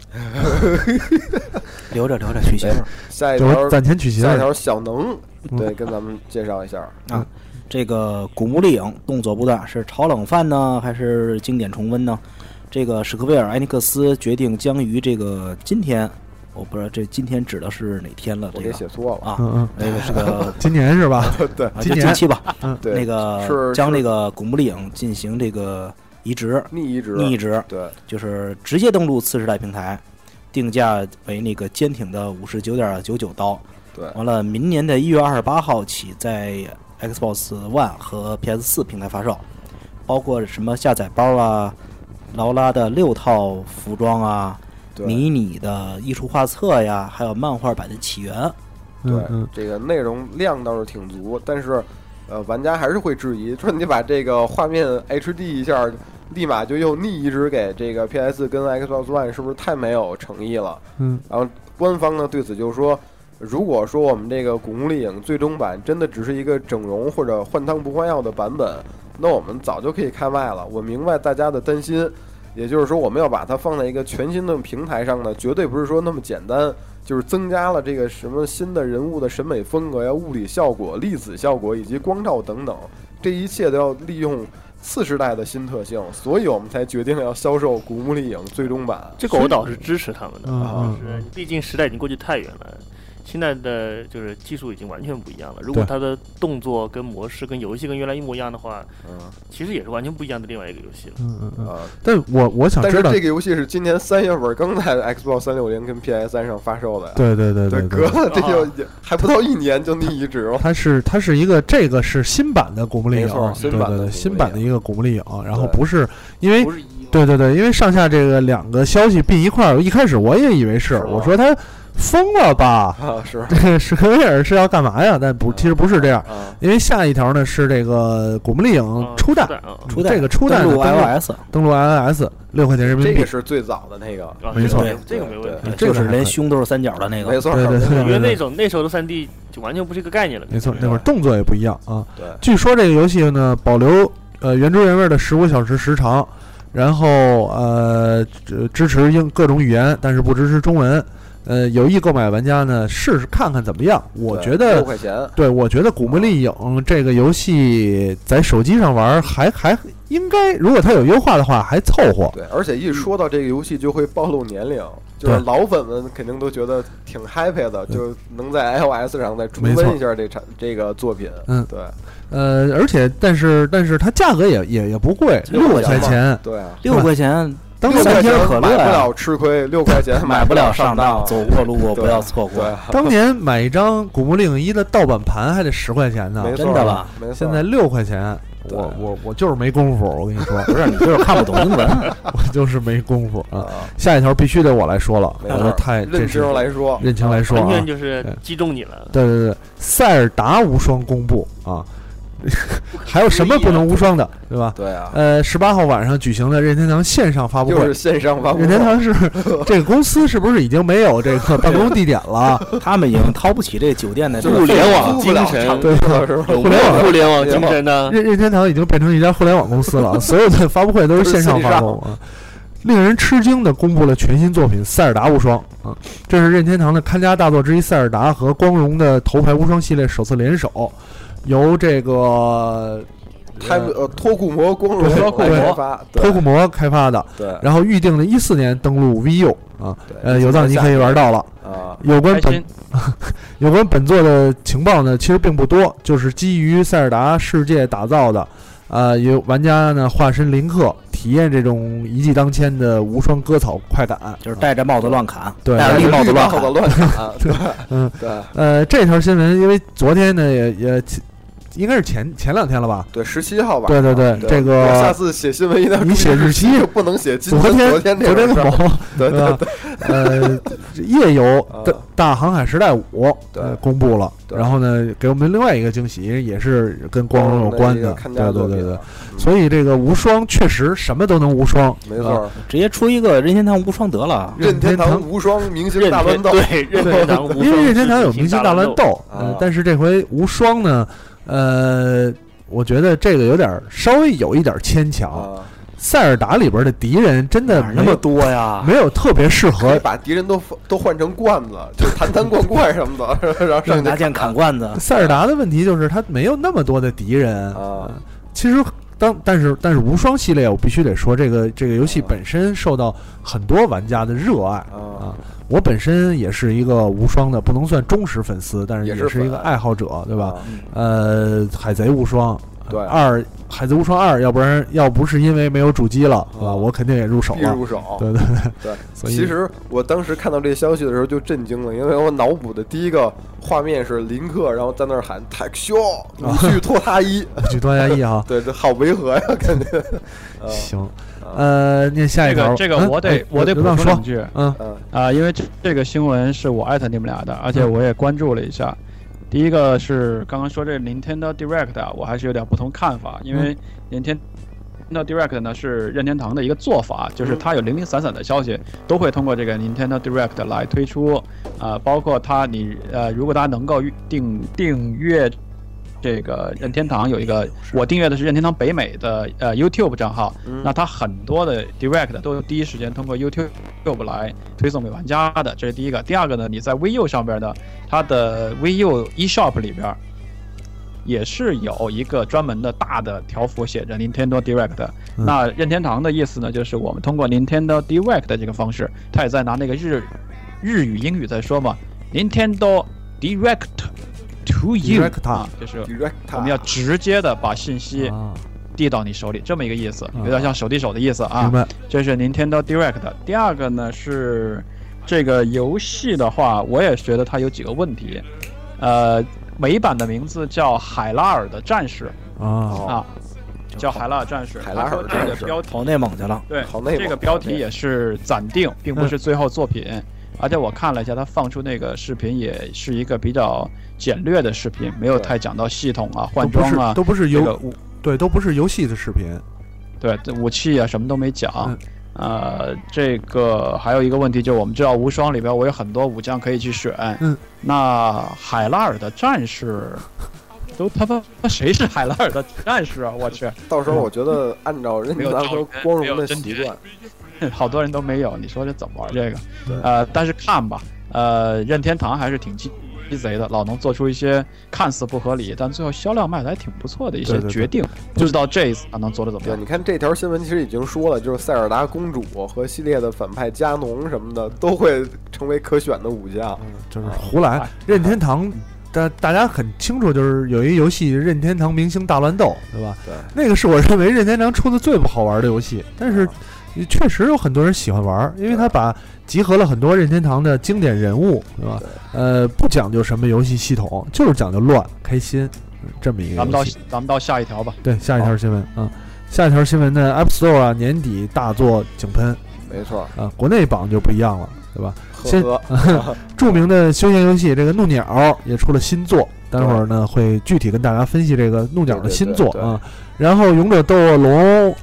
C: 留着取鞋。
A: 下一条
B: 攒钱取鞋。
A: 下一条小能，对，跟咱们介绍一下
C: 啊。这个古墓丽影动作不断，是炒冷饭呢，还是经典重温呢？这个史克威尔艾尼克斯决定将于这个今天，我不知道这今天指的是哪天了，这个
A: 写错了
C: 啊，那个是个
B: 今年是吧？
A: 对，
C: 今年近期吧。
A: 对，
C: 那个将这个古墓丽影进行这个逆移植，
A: 对，
C: 就是直接登陆次世代平台，定价为那个坚挺的$59.99刀。
A: 对，
C: 完了，明年的1月28号起在 Xbox One 和 PS4 平台发售，包括什么下载包啊、劳拉的6套服装啊、迷你的艺术画册呀，还有漫画版的起源。
A: 对，这个内容量倒是挺足，但是玩家还是会质疑，说你把这个画面 HD 一下，立马就又逆移植给这个 PS 跟 Xbox One， 是不是太没有诚意了？然后官方呢对此就说，如果说我们这个古墓丽影最终版真的只是一个整容或者换汤不换药的版本，那我们早就可以开卖了。我明白大家的担心，也就是说我们要把它放在一个全新的平台上呢，绝对不是说那么简单，就是增加了这个什么新的人物的审美风格呀、物理效果、粒子效果以及光照等等，这一切都要利用次世代的新特性，所以我们才决定要销售古墓丽影最终版。
E: 这个我倒是支持他们的，就是毕竟时代已经过去太远了。现在的就是技术已经完全不一样了。如果它的动作跟模式跟游戏跟原来一模一样的话，其实也是完全不一样的另外一个游戏了。
B: 但我想知道，
A: 但是这个游戏是今年3月份刚在 Xbox 360跟 PS3 上发售的呀。
B: 对，
A: 隔了这就还不到1年就逆移植了。
B: 它是一个这个是新版的古墓丽影，
A: 新版的
B: 一个古墓丽影，然后不是因为
E: 不是1
B: 对对对，因为上下这个两个消息并一块儿，一开始我也以为是，我说他疯了吧？
A: 是
B: 这个史克威尔是要干嘛呀？但不，其实不是这样，因为下一条呢是这个古墓丽影初代，这个初代
C: 登陆 iOS，
B: 登陆 iOS 6块钱人民币，
A: 这个是最早的那个，
B: 没错，
E: 这个没问题，
C: 就是连胸都是三角的那个，
A: 没错，
B: 对对对，
E: 因为那时候的3D 就完全不是一个概念了，
B: 没错，那会儿动作也不一样啊。
A: 对，
B: 据说这个游戏呢保留原汁原味的15小时时长，然后支持各种语言，但是不支持中文。有意购买玩家呢，试试看看怎么样。我觉得
A: 6块钱，
B: 对，我觉得《古墓丽影》这个游戏在手机上玩还应该，如果它有优化的话，还凑合。
A: 对，而且一说到这个游戏就会暴露年龄，就是老粉们肯定都觉得挺 happy 的，就能在 iOS 上再重温一下这个作品。
B: 嗯，
A: 对。
B: 而且但是它价格也不贵，6块钱。
A: 对啊
C: ，6块钱。
B: 当
C: 三天可乐
A: 买不了吃亏，6块钱
C: 买不了上
A: 当，
C: 走过路过不要错过。
B: 当年买一张《古墓丽影1》的盗版盘还得10块钱呢，
C: 真的吧？
B: 现在6块钱，我就是没功夫，我跟你说，
C: 不是你就是看不懂英文，
B: 我就是没功夫啊。下一条必须得我来说了，我说太
A: 认清来说，
E: 完全就是击中你了。
B: 对对对，塞尔达无双公布啊。还有什么不能无双的，对吧？
A: 对啊。
B: 18号晚上举行的任天堂线上发布会，
A: 就是线上发布会。
B: 任天堂是这个公司是不是已经没有这个办公地点了？
C: 他们已经掏不起这酒店的
E: 互联网精神，
B: 对，
E: 互联网精神呢？
B: 任天堂已经变成一家互联网公司了，所有的发布会都是线上发布啊。令人吃惊的公布了全新作品《塞尔达无双》啊，这是任天堂的看家大作之一，塞尔达和光荣的头牌无双系列首次联手。由这个
A: 托库摩光荣
B: 托库摩开发的，
A: 对，
B: 然后预定了14年登陆 VU 啊，有藏你可以玩到了
A: 啊。
B: 有关本作的情报呢，其实并不多，就是基于塞尔达世界打造的，有玩家呢化身林克，体验这种一骑当千的无双割草快感，
C: 就是戴着帽子乱砍，
B: 对，
C: 戴着绿帽子乱
A: 砍，对，
B: 对，这条新闻因为昨天呢也。应该是前2天了吧？
A: 对，17号吧。
B: 对对对，这个
A: 下次写新闻一定要
B: 你写日期，
A: 就不能写昨
B: 天
A: 那个。
B: 对对对。夜游大航海时代5公布了，然后呢，给我们另外一个惊喜，也是跟光荣有关的。对对对对。所以这个无双确实什么都能无双，
A: 没错，
C: 直接出一个任天堂无双得了。
A: 任天堂无双明星大乱斗，
E: 对，任天堂无双。
B: 因为任天堂有明星大乱斗，但是这回无双呢？我觉得这个稍微有一点牵强。塞尔达里边的敌人真的
C: 那么多呀，
B: 没有特别适合
A: 把敌人都换成罐子，就弹罐罐什么的，然后
C: 拿剑砍罐子。
B: 塞尔达的问题就是他没有那么多的敌人啊。其实但是无双系列我必须得说，这个游戏本身受到很多玩家的热爱啊。我本身也是一个无双的，不能算忠实粉丝，但是也是一个爱好者，对吧？海贼无双，
A: 对
B: 海贼无双2，要不是因为没有主机了，是吧？我肯定也入手了。对对对。所以
A: 其实我当时看到这消息的时候就震惊了，因为我脑补的第一个画面是林克，然后在那儿喊泰修，你去脱他衣，
B: 去脱他衣哈。
A: 对，这好违和呀，感觉。
B: 行。念下一条。
D: 这个我得补充两句。因为这个新闻是我艾特你们俩的，而且我也关注了一下。第一个是刚刚说这个 Nintendo Direct， 我还是有点不同看法，因为 Nintendo Direct 呢是任天堂的一个做法，就是它有零零散散的消息都会通过这个 Nintendo Direct 来推出，包括如果大家能够订阅。这个任天堂有一个，我订阅的是任天堂北美的YouTube 账号，那它很多的 Direct 都有第一时间通过 YouTube 来推送给玩家的，这是第一个。第二个呢，你在 VU 上边的，它的 VU eShop 里边也是有一个专门的大的条幅写着 Nintendo Direct。那任天堂的意思呢，就是我们通过 Nintendo Direct 的这个方式，它也在拿那个日语英语在说嘛 ，Nintendo Direct。To you 啊，就是我们要直接的把信息递到你手里，这么一个意思，有点像手递手的意思啊。这是 Nintendo Direct。第二个呢是这个游戏的话，我也觉得它有几个问题。美版的名字叫海拉尔的战士啊， 叫海拉尔战士。
A: 海拉尔
D: 这个标题
C: 跑内蒙去了。
D: 对，这个标题也是暂定，并不是最后作品。而且我看了一下，他放出那个视频也是一个比较简略的视频，没有太讲到系统啊、换装啊，
B: 都不是都不是游戏的视频。
D: 对，武器啊什么都没讲。这个还有一个问题就是，我们知道无双里边我有很多武将可以去选。那海拉尔的战士，都他妈谁是海拉尔的战士啊？我去！
A: 到时候我觉得按照任天堂和光荣的习惯，
D: 好多人都没有。你说这怎么玩这个？但是看吧，任天堂还是挺鸡贼的，老能做出一些看似不合理，但最后销量卖的还挺不错的一些决定。不知道这一次他能做得怎么样？
A: 对，你看这条新闻其实已经说了，就是塞尔达公主和系列的反派加农什么的都会成为可选的武将，
B: 就是胡来。任天堂。大家很清楚，就是有一游戏《任天堂明星大乱斗》，对吧？
A: 对，
B: 那个是我认为任天堂出的最不好玩的游戏，但是确实有很多人喜欢玩，因为它把集合了很多任天堂的经典人物，对吧？不讲究什么游戏系统，就是讲究乱开心，这么一个游戏。
D: 咱们到下一条吧。
B: 对，下一条新闻啊，下一条新闻呢 ，App Store 啊年底大作井喷，
A: 没错
B: 啊，国内榜就不一样了，对吧？
A: 呵
B: 著名的休闲游戏这个怒鸟也出了新作，待会儿呢会具体跟大家分析这个怒鸟的新作啊。然后勇者斗恶龙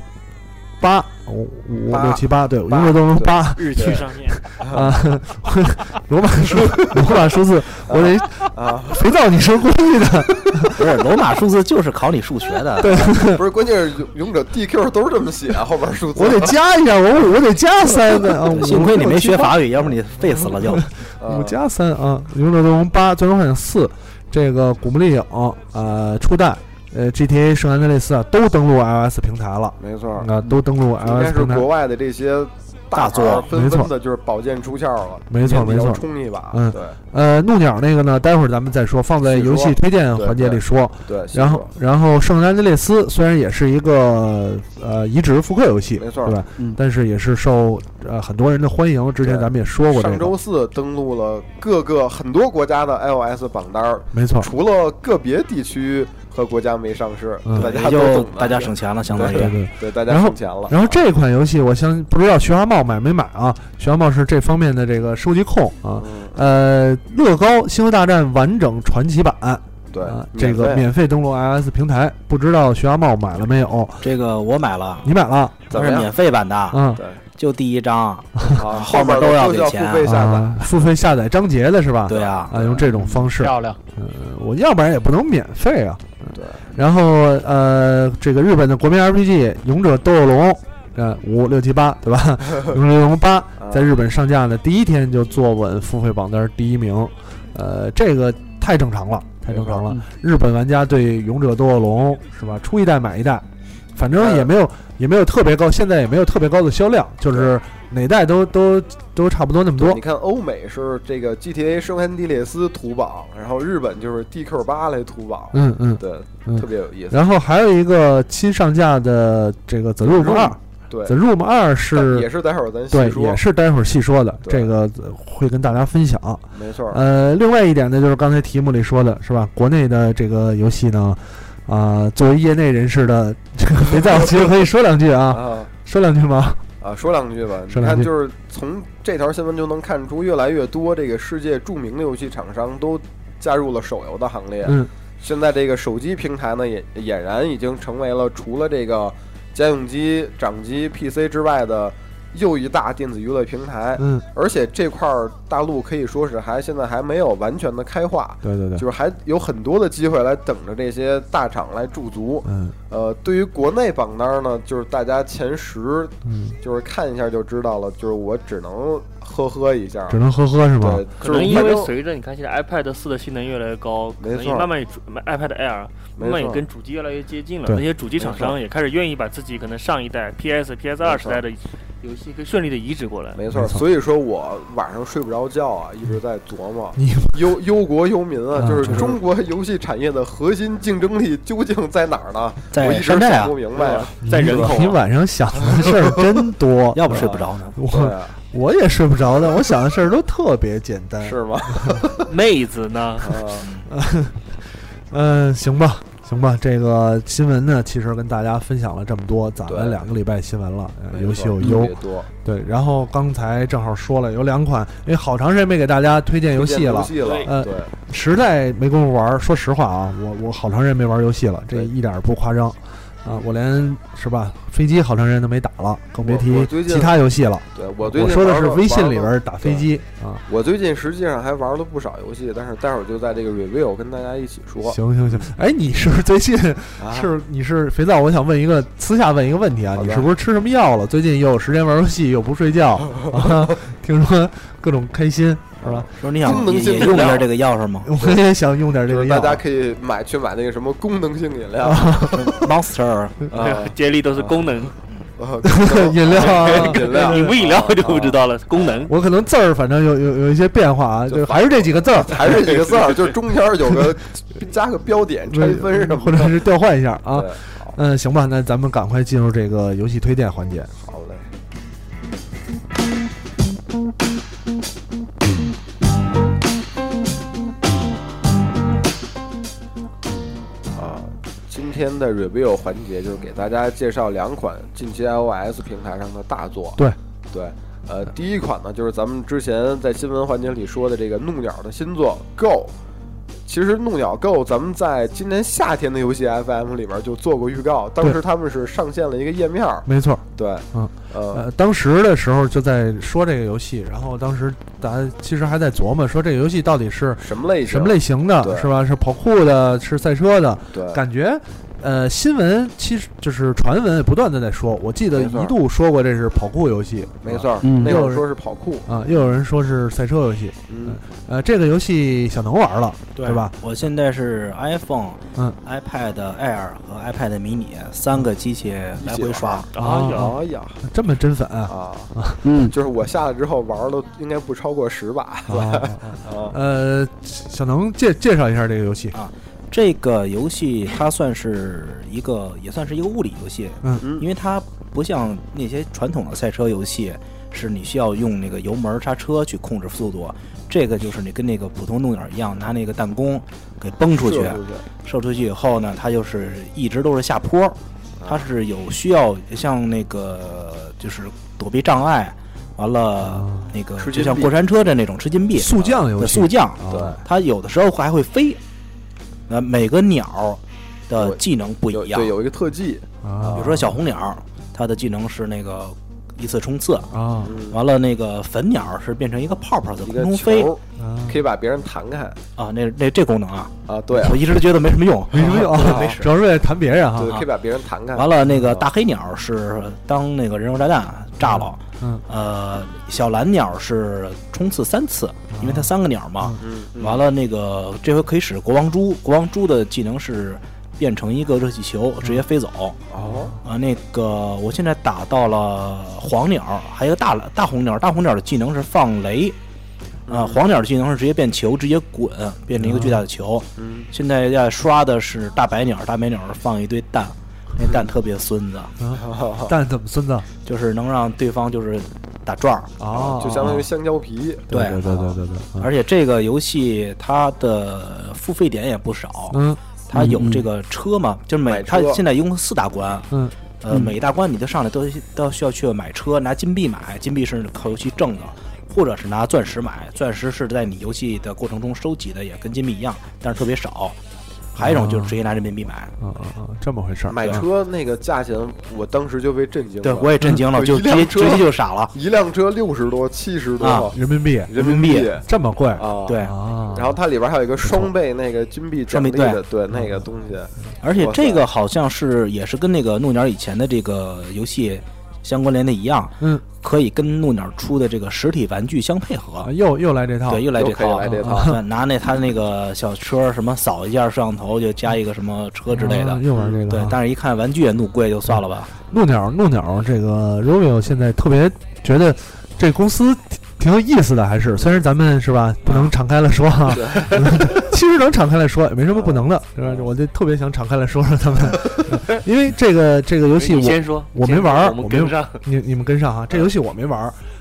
B: 8、5、6、7、8，对，勇者斗恶龙8
E: 日期上线
B: 啊，罗马数字，我得肥皂你是故意的，
C: 不是罗马数字就是考你数学的，
B: 对，
A: 不是，关键是勇者 DQ 都是这么写，后边数字
B: 我得加一下，我得加3的，
C: 幸亏你没学法语，要不你废死了就。
B: 5加3啊，勇者斗恶龙8、最终幻想4，这个古墓丽影初代。GTA 圣安德烈斯啊，都登陆 iOS 平台了，
A: 没错
B: 啊，都登陆 iOS 平台。
A: 应该是国外的这些
C: 大作，
A: 纷纷的就是宝剑出鞘了，
B: 没错，
A: 冲一把。
B: 对。怒鸟那个呢，待会儿咱们再说，放在游戏推荐环节里说。
A: 对。
B: 然后圣安德烈斯虽然也是一个移植复刻游戏，
A: 没错，
B: 对吧？但是也是受很多人的欢迎。之前咱们也说过，
A: 上周4登陆了很多国家的 iOS 榜单，
B: 没错，
A: 除了个别地区和国家没上市，
C: 大家省钱了，相当于
A: 对大家省钱了。
B: 然后这款游戏，我不知道徐华茂买没买啊？徐华茂是这方面的这个收集控啊。乐高星球大战完整传奇版，
A: 对，
B: 这个免费登录 iOS 平台，不知道徐华茂买了没有？
C: 这个我买了，
B: 你买了？
C: 这是免费版的，
A: 对，
C: 就第一章，
A: 后
C: 面都要给钱，
B: 付费下载章节的是吧？
C: 对啊，
B: 用这种方式
D: 漂亮。
B: 我要不然也不能免费啊。
A: 对。
B: 然后这个日本的国民 RPG《勇者斗恶龙》5、6、7、8，对吧？《勇者斗恶龙8》在日本上架的第一天就坐稳付费榜单第1名，这个太正常了，太正常了。日本玩家对《勇者斗恶龙》是吧？出一代买一代，反正也没有特别高，现在也没有特别高的销量，就是哪代都差不多那么多。
A: 你看欧美是这个 GTA 圣安地列斯图榜，然后日本就是 DQ8 来图榜，对，特别有意思。
B: 然后还有一个新上架的这个 The Room 2。
A: 对
B: The Room 2也
A: 是待会儿咱细说，
B: 也是待会儿细说的，这个会跟大家分享。
A: 没错。
B: 另外一点呢，就是刚才题目里说的是吧？国内的这个游戏呢，作为业内人士的这个肥皂，其实可以说两句啊，说两句吗？
A: 说两句吧。你看，就是从这条新闻就能看出，越来越多这个世界著名的游戏厂商都加入了手游的行列。现在这个手机平台呢，也俨然已经成为了除了这个家用机、掌机、PC 之外的又一大电子娱乐平台。而且这块大陆可以说是现在还没有完全的开化。
B: 对，
A: 就是还有很多的机会来等着这些大厂来驻足。对于国内榜单呢，就是大家前10，就是看一下就知道了。就是我只能呵一下，
B: 只能呵是吗？
A: 对，
E: 可能因为随着你看现在 iPad 4的性能越来越高，
A: 没错，
E: 慢慢iPad Air 慢慢也跟主机越来越接近了，那些主机厂商也开始愿意把自己可能上一代 PS2时代的游戏可以顺利的移植过来。
A: 没错，所以说我晚上睡不着觉啊，一直在琢磨忧国忧民啊，就是中国游戏产业的核心竞争力究竟在哪儿呢？我一直想不明白，
E: 在人口。
B: 你晚上想的事儿真多，
C: 要不睡不着呢。
B: 我也睡不着的，我想的事儿都特别简单，
A: 是吗？
E: 妹子呢？
B: 行吧， 行吧，这个新闻呢，其实跟大家分享了这么多，攒了2个礼拜新闻了，游戏有优，对。然后刚才正好说了有2款，因为好长时间没给大家推荐游戏了，
A: 对，
B: 实在没工夫玩。说实话啊，我好长时间没玩游戏了，这一点不夸张。我连是吧飞机好长时间都没打了，更别提其他游戏了。
A: 对，我
B: 说的是微信里边打飞机啊。
A: 我最近实际上还玩了不少游戏，但是待会儿就在这个 review 跟大家一起说。
B: 行，哎，你是不是最近你是肥皂？我想私下问一个问题啊，你是不是吃什么药了？最近又有时间玩游戏，又不睡觉听说各种开心。是吧？
C: 说你想也用点这个药是吗？
B: 我也想用点这个药。
A: 大家可以去买那个什么功能性饮料
C: ，Monster
E: 接力都是功能
B: 饮料，
E: 饮不饮料就不知道了。功能，
B: 我可能字儿反正有一些变化啊，就还是这几个字儿，
A: 就中间有个加个标点拆分什么，
B: 或者是调换一下啊。行吧，那咱们赶快进入这个游戏推荐环节。
A: 好嘞。今天的 review 环节就是给大家介绍2款近期 iOS 平台上的大作。
B: 对，
A: 第一款呢就是咱们之前在新闻环节里说的这个怒鸟的新作 Go。其实怒鸟 Go 咱们在今年夏天的游戏 FM 里边就做过预告，当时他们是上线了一个页面。
B: 没错，
A: 对，
B: 当时的时候就在说这个游戏，然后当时大家其实还在琢磨说这个游戏到底是
A: 什么类
B: 型的，是吧？是跑酷的，是赛车的，
A: 对，
B: 感觉。新闻其实就是传闻不断的在说，我记得一度说过这是跑酷游戏，
A: 没错，那会儿说是跑酷
B: 啊，又有人说是赛车游戏。这个游戏小能玩了，对吧？
C: 我现在是 iPhone、iPad Air 和 iPad mini 3个机器来回刷。
A: 哎呀，
B: 这么真粉啊！
A: 就是我下了之后玩了，应该不超过10把。
B: 小能介绍一下这个游戏
C: 啊。这个游戏它也算是一个物理游戏，因为它不像那些传统的赛车游戏，是你需要用那个油门刹车去控制速度。这个就是你跟那个普通怒鸟一样，拿那个弹弓给崩出去，射出去以后呢，它就是一直都是下坡，它是有需要像那个就是躲避障碍。完了，那个就像过山车的那种吃金币，
B: 速降游戏，
C: 速降，对，它有的时候还会飞。每个鸟的技能不一样，
A: 对，有一个特技
C: 比如说小红鸟，它的技能是那个一次冲刺啊，完了那个粉鸟是变成一个泡泡在空中飞，
A: 可以把别人弹开
C: 啊。这功能啊，
A: 对，
C: 我一直觉得没什么用，
B: 没使，主要是为了弹别人哈。
A: 对，可以把别人弹开。
C: 完了，那个大黑鸟是当那个人肉炸弹炸了。小蓝鸟是冲刺3次，因为它3个鸟嘛。完了，那个这回可以使国王猪，国王猪的技能是变成一个热气球，直接飞走。那个我现在打到了黄鸟，还有一个大红鸟，大红鸟的技能是放雷。黄鸟的技能是直接变球，直接滚，变成一个巨大的球。现在在刷的是大白鸟，大白鸟放一堆蛋。那蛋特别孙子，
B: 蛋怎么孙子？
C: 就是能让对方就是打转
A: 就相当于香蕉皮。
C: 对，而且这个游戏它的付费点也不少。它有这个车嘛，就是它现在一共4大关。每一大关你都上来都需要去买车，拿金币买，金币是靠游戏挣的，或者是拿钻石买，钻石是在你游戏的过程中收集的，也跟金币一样，但是特别少。还有一种就是直接拿人民币买，
B: 这么回事儿。
A: 买车那个价钱，我当时就被震惊了。
C: 对，我也震惊了，就直接就傻了。
A: 一辆车60多、70多
B: 人民币，这么贵
A: 啊？
C: 对。
A: 然后它里边还有一个双倍那个金币奖励的，对那个东西。
C: 而且这个好像也是跟那个怒鸟以前的这个游戏相关联的一样，可以跟怒鸟出的这个实体玩具相配合。
B: 又来这套，
C: 对，又来这套，拿他那个小车什么扫一下摄像头就加一个什么车之类的，
B: 又玩这个。
C: 对，但是一看玩具也怒贵，就算了吧。
B: 怒鸟这个 Rovio 现在特别觉得这公司挺有意思的，还是虽然咱们是吧不能敞开了说哈，其实能敞开来说也没什么不能的，是吧？我就特别想敞开来说说他们，因为这个游戏我没玩，我没上，你们跟上哈，这游戏我没玩，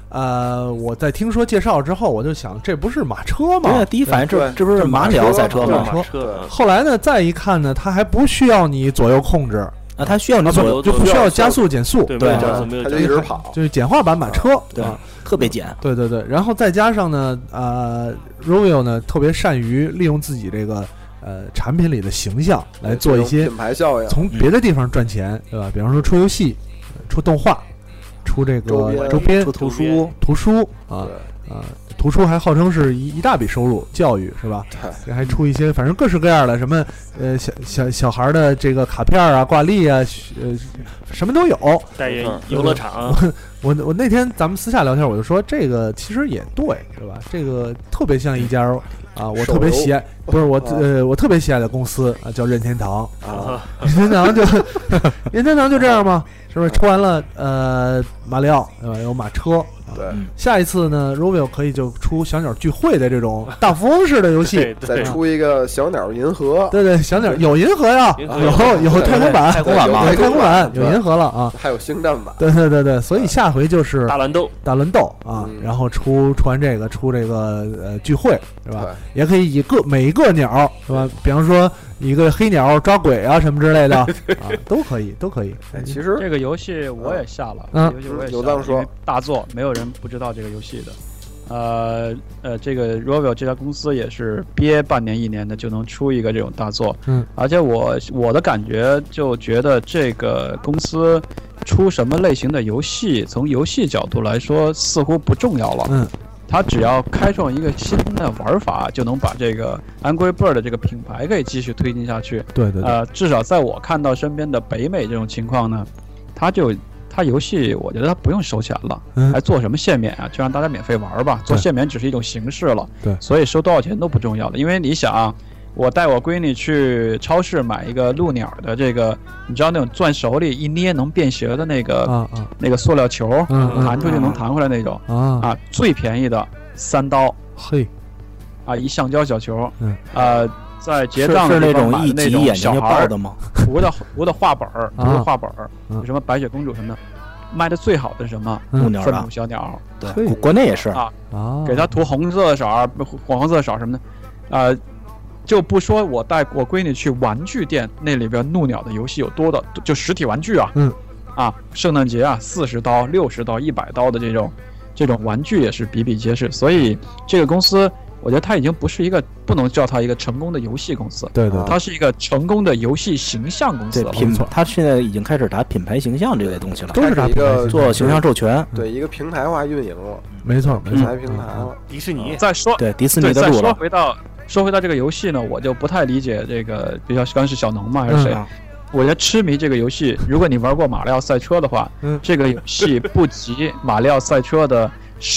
B: 我在听说介绍之后，我就想这不是马车吗？
C: 对，第一反应这不是马里奥赛车吗？
B: 后来呢，再一看呢，它还不需要你左右控制。
C: 它需要你左右，
B: 就不需要加速减速，
E: 对，
A: 它就一直跑，
B: 就是简化版马车，
C: 对，特别简，
B: 对，然后再加上呢，Rovio 呢特别善于利用自己这个产品里的形象来做一些
A: 品牌效应，
B: 从别的地方赚钱，对吧？比方说出游戏、出动画、出这个周边、
C: 出图书
B: 图书还号称是一大笔收入，教育是吧？这还出一些反正各式各样的什么小孩的这个卡片啊、挂历啊，什么都有。
E: 代言游乐场。
B: 我那天咱们私下聊天，我就说这个其实也对，是吧？这个特别像一家我特别喜爱，不是我特别喜爱的公司啊，叫任天堂啊。任天堂就这样吗？是不是出完了马里奥对吧？有马车。
A: 对，
B: 下一次呢 ，Rovio 可以就出小鸟聚会的这种大富翁式的游戏，
A: 再出一个小鸟银河。
B: 对，小鸟有银河呀，有太空版，
C: 太空版嘛，
B: 太空版有银河了啊，
A: 还有星战版。
B: 对，所以下回就是
E: 大乱
B: 斗啊，然后出完这个出这个聚会是吧？也可以每一个鸟是吧？比方说一个黑鸟抓鬼啊什么之类的啊，都可以。
A: 其实
D: 这个游戏我也下了，游戏我也下了，
A: 有这样说
D: 大作，没有人不知道这个游戏的。这个 Rovio 这家公司也是憋半年1年的就能出一个这种大作，而且我的感觉就觉得这个公司出什么类型的游戏，从游戏角度来说似乎不重要了，他只要开创一个新的玩法，就能把这个 Angry Bird 的这个品牌可以继续推进下去。
B: 对，
D: 至少在我看到身边的北美这种情况呢，他游戏我觉得他不用收钱了，还做什么限免啊？就让大家免费玩吧。做限免只是一种形式了，
B: 对，
D: 所以收多少钱都不重要了。因为你想，我带我闺女去超市买一个鹿鸟的这个，你知道那种攥手里一捏能变形的那个塑料球，弹出去能弹回来那种最便宜的3刀，
B: 嘿，
D: 一橡胶小球，在结账
C: 是那种一
D: 那种
C: 挤眼睛就爆的吗？
D: 涂的画本儿，什么白雪公主什么的，卖的最好的是什么？
C: 木鸟
D: 愤怒小鸟，
C: 对，国内也是
D: 给它涂红色的色儿、黄色色什么的，就不说我带我闺女去玩具店，那里边怒鸟的游戏有多的，就实体玩具圣诞节40刀、60刀、100刀的这种玩具也是比比皆是，所以这个公司。我觉得它已经不能叫它一个成功的游戏公司，
B: 对，
D: 它是一个成功的游戏形象公司了。
C: 它现在已经开始打品牌形象这类东西了，
B: 都是
A: 一个
C: 做形象授权，
A: 对，一个平台化运营了，
B: 没错，
A: 平台了。
E: 迪士尼
D: 再说
C: 对迪士尼的路了。
D: 说回到这个游戏呢，我就不太理解这个，比如刚是小农嘛还是谁？我觉得痴迷这个游戏，如果你玩过马里奥赛车的话，这个游戏不及马里奥赛车的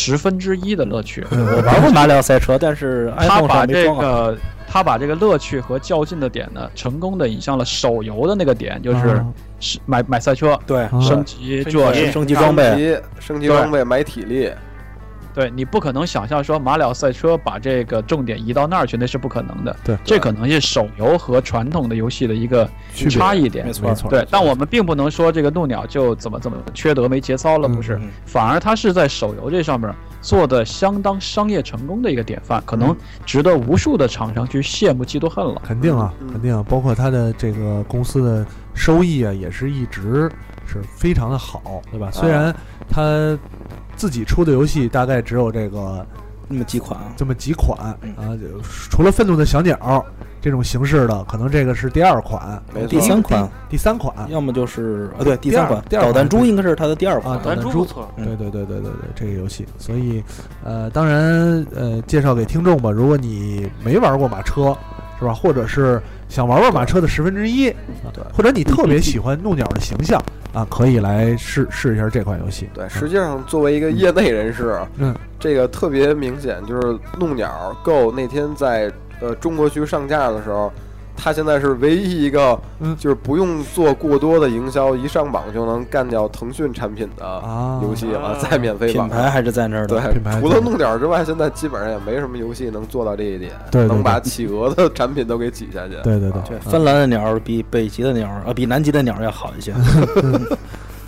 D: 1/10的乐趣。
C: 我玩过马里奥赛车，但是
D: 他把这个乐趣和较劲的点呢，成功的引向了手游的那个点，就是买赛车，
C: 对，
D: 升级
C: 装备，
A: 买体力。
D: 对，你不可能想象说马里奥赛车把这个重点移到那儿去，那是不可能的。
B: 对，
D: 这可能是手游和传统的游戏的一个差异点。
B: 没错。
D: 对，但我们并不能说这个怒鸟就怎么缺德没节操了，不是？反而它是在手游这上面做的相当商业成功的一个典范，可能值得无数的厂商去羡慕嫉妒恨了。
B: 肯定啊，包括它的这个公司的收益也是一直是非常的好，对吧？虽然它自己出的游戏大概只有这个
C: 这么几款
B: 除了愤怒的小鸟这种形式的，可能这个是第2款，
C: 第三款，
B: 要
C: 么就是对第3款，导弹猪应该是它的第2款，
B: 导弹猪，对，这个游戏，所以当然介绍给听众吧，如果你没玩过马车，是吧？或者是想玩马车的1/10，或者你特别喜欢怒鸟的形象可以来试一下这款游戏。
A: 对，实际上作为一个业内人士，这个特别明显，就是怒鸟 Go 那天在中国区上架的时候，它现在是唯一一个就是不用做过多的营销，一上榜就能干掉腾讯产品的游戏了，在免费榜
C: 品牌还是在那儿的。
A: 对，除了怒鸟之外，现在基本上也没什么游戏能做到这一点，能把企鹅的产品都给挤下去。
B: 对，
C: 芬兰的鸟比北极的鸟比南极的鸟要好一些。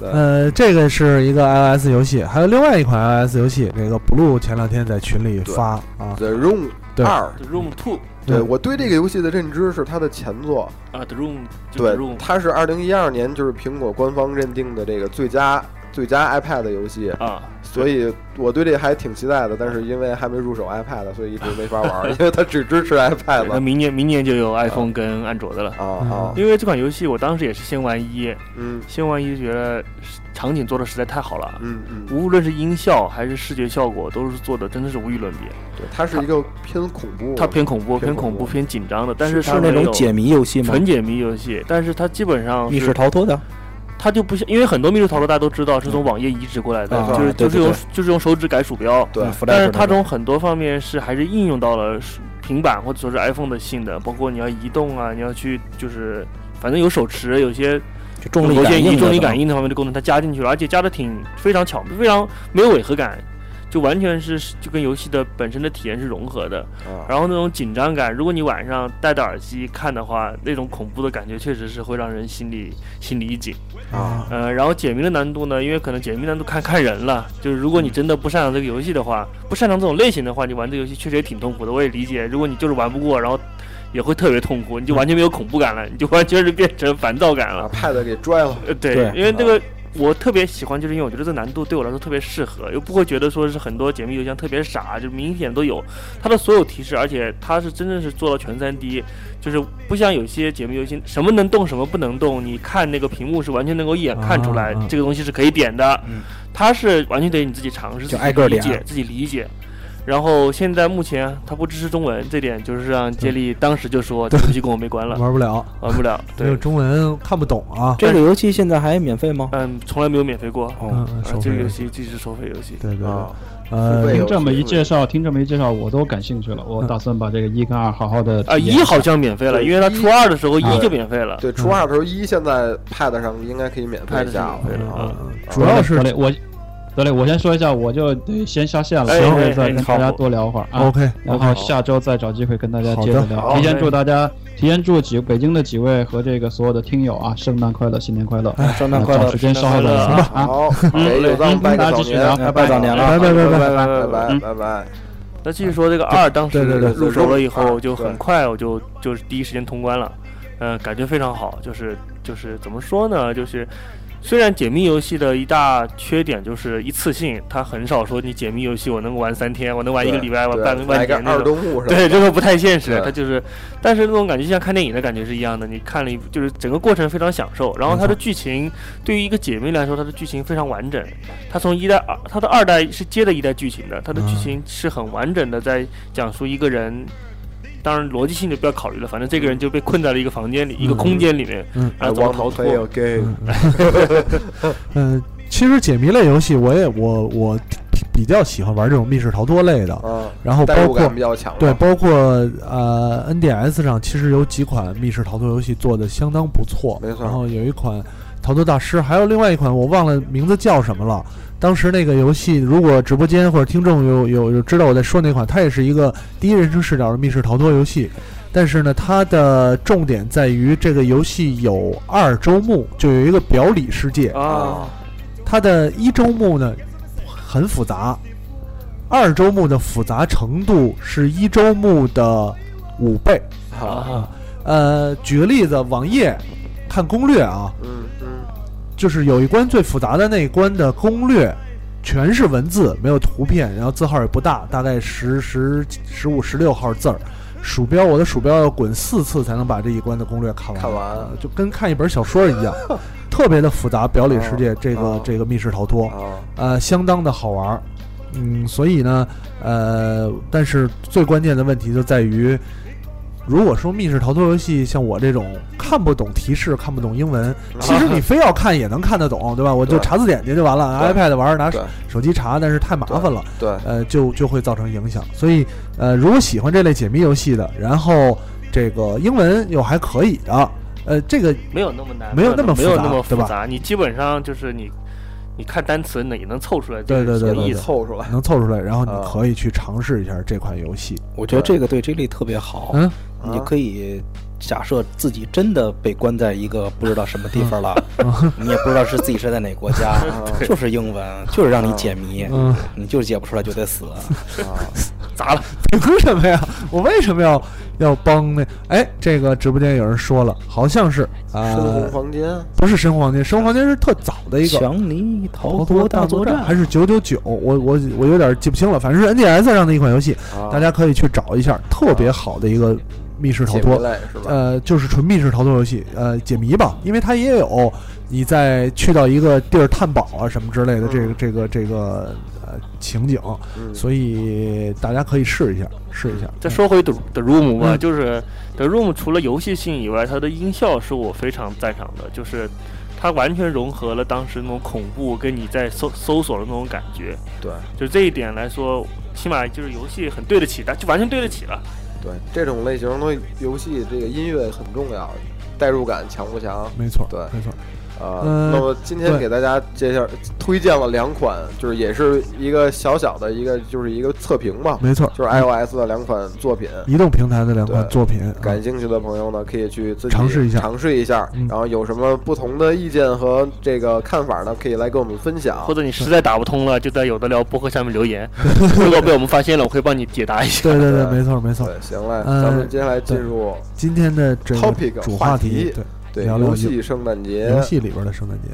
B: 这个是一个 iOS 游戏，还有另外一款 iOS 游戏，这个 Blue 前两天在群里发啊
A: ，The Room 2
E: The Room 2。
A: 对，我对这个游戏的认知是它的前作
E: 啊 ，The Room，
A: 对，它是2012年就是苹果官方认定的这个最佳 iPad 游戏
E: 啊，
A: 所以我对这还挺期待的，但是因为还没入手 iPad， 所以一直没法玩，因为它只支持 iPad。
E: 那明年就有 iPhone 跟安卓的了
A: 啊。
E: 因为这款游戏我当时也是先玩1，先玩1觉得场景做的实在太好了，无论是音效还是视觉效果都是做的真的是无与伦比。
A: 对，它是一个偏恐怖，
E: 它偏恐怖偏紧张的，但是
C: 是那种解谜游戏吗？
E: 纯解谜游戏，但是它基本上
C: 密室逃脱的。
E: 它就不像，因为很多密室逃脱大家都知道是从网页移植过来的，就是用手指改鼠标，
A: 对。
E: 但是它从很多方面是还是应用到了平板或者说是 iPhone 的性的，包括你要移动啊，你要去就是反正有手持，有些
C: 重力
E: 感应这方面的功能它加进去了，而且加的非常巧，非常没有违和感。就完全是就跟游戏的本身的体验是融合的，然后那种紧张感，如果你晚上戴着耳机看的话，那种恐怖的感觉确实是会让人心里一紧
A: 啊。
E: 然后解谜的难度呢，因为可能解谜难度看人了，就是如果你真的不擅长这个游戏的话，不擅长这种类型的话，你玩这个游戏确实也挺痛苦的。我也理解，如果你就是玩不过，然后也会特别痛苦，你就完全没有恐怖感了，你就完全是变成烦躁感了，
A: 把 pad 给拽了。
E: 对，因为这个。我特别喜欢，就是因为我觉得这难度对我来说特别适合，又不会觉得说是很多解谜游戏特别傻，就明显都有它的所有提示，而且它是真正是做到全3D，就是不像有些解谜游戏什么能动什么不能动，你看那个屏幕是完全能够一眼看出来这个东西是可以点的，它是完全得你自己尝试，
C: 就挨个点，
E: 自己理解。然后现在目前它不支持中文，这点就是让接力当时就说这游戏跟我没关了，
B: 玩不了，
E: 对，
B: 没有中文看不懂啊。
C: 这个游戏现在还免费吗？
E: 从来没有免费过。这个游戏既是收费游戏。
B: 对。
D: 听这么一介绍，我都感兴趣了。我打算把这个1跟2好好的。
E: 1好像免费了，因为它初2的时候1就免费了。
A: 对，初2的时候1现在 Pad 上应该可以免费下。
B: 主要是
D: 得嘞，我先说一下，我就得先下线了，
E: 行，
D: 再跟大家多聊会儿啊。
B: OK，
D: 然后下周再找机会跟大家接着聊。提前祝北京的几位和这个所有的听友啊，圣诞快乐，新年快乐，
C: 圣诞快乐，
D: 找时间稍后再聊吧啊。
A: 好，有咱们拜个早年，
C: 拜早年了，
A: 拜。
E: 那继续说这个2，当时入手了以后，就很快我就是第一时间通关了，感觉非常好，就是怎么说呢，就是。虽然解谜游戏的一大缺点就是一次性，它很少说你解谜游戏我能玩3天，我能玩1个礼拜，玩半年那种。对，这个不太现实。它就是，但是那种感觉像看电影的感觉是一样的，你看了就是整个过程非常享受。然后它的剧情对于一个解谜来说，它的剧情非常完整。它从它的2代是接的1代剧情的，它的剧情是很完整的，在讲述一个人。当然逻辑性就不要考虑了，反正这个人就被困在了一个房间里，一个空间里面，然后怎么逃脱。
B: 其实解谜类游戏我比较喜欢玩这种密室逃脱类的，然后包括包括NDS 上其实有几款密室逃脱游戏做的相当不错，
A: 没错。
B: 然后有一款逃脱大师，还有另外一款我忘了名字叫什么了。当时那个游戏，如果直播间或者听众有知道我在说哪款，它也是一个第一人称视角的密室逃脱游戏，但是呢，它的重点在于这个游戏有2周目，就有一个表里世界
A: 啊。
B: 它的1周目呢很复杂，2周目的复杂程度是1周目的5倍
A: 啊。
B: 举个例子，网页看攻略啊。就是有一关最复杂的那一关的攻略，全是文字，没有图片，然后字号也不大，大概15、16号字儿。我的鼠标要滚4次才能把这一关的攻略看完，就跟看一本小说一样，特别的复杂。表里世界这个密室逃脱，相当的好玩。所以呢，但是最关键的问题就在于。如果说密室逃脱游戏像我这种看不懂提示、看不懂英文，其实你非要看也能看得懂，对吧？我就查字典去就完了，拿 iPad 玩，拿手机查，但是太麻烦了，就会造成影响。所以，如果喜欢这类解谜游戏的，然后这个英文又还可以的，这个
E: 没有那么难，
B: 没有那么复
E: 杂，
B: 对
E: 吧？你基本上就是你看单词呢也能凑出来，
B: 对，
A: 凑出来，
B: 能凑出来，然后你可以去尝试一下这款游戏。
C: 我觉得这个对 J 莉特别好，你可以假设自己真的被关在一个不知道什么地方了，你也不知道是自己是在哪国家，就是英文，就是让你解谜，你就是解不出来就得死
E: 砸了，
B: 凭什么呀？我为什么要帮那？哎，这个直播间有人说了，好像是
A: 深红房间，
B: 不是深红房间，深红房间是特早的一个
C: 强尼逃脱大作战，
B: 还是999？我有点记不清了，反正是 NDS 上的一款游戏，大家可以去找一下，特别好的一个密室逃脱，就是纯密室逃脱游戏，解谜吧，因为它也有你在去到一个地儿探宝啊什么之类的这个情景，所以大家可以试一下。
E: 再说回The Room 吧，就是 The Room 除了游戏性以外，它的音效是我非常赞赏的，就是它完全融合了当时那种恐怖跟你在搜索的那种感觉。
A: 对，
E: 就这一点来说，起码就是游戏很对得起的，就完全对得起了。
A: 对，这种类型的游戏，这个音乐很重要，代入感强不强？
B: 没错，
A: 对，
B: 没错。
A: 那么今天给大家推荐了2款，就是也是一个小小的一个测评吧，
B: 没错，
A: 就是 iOS 的2款作品，
B: 移动平台的2款作品，
A: 感兴趣的朋友呢可以去自己
B: 尝试一下，
A: 然后有什么不同的意见和这个看法呢，可以来跟我们分享，
E: 或者你实在打不通了，就在有的聊播客下面留言，如果被我们发现了，我会帮你解答一下。
B: 对，没错。
A: 对，行了，咱们接下来进入
B: 今天的这个
A: topic
B: 主话题，
A: 对，游戏圣诞节，
B: 游戏里边的圣诞节。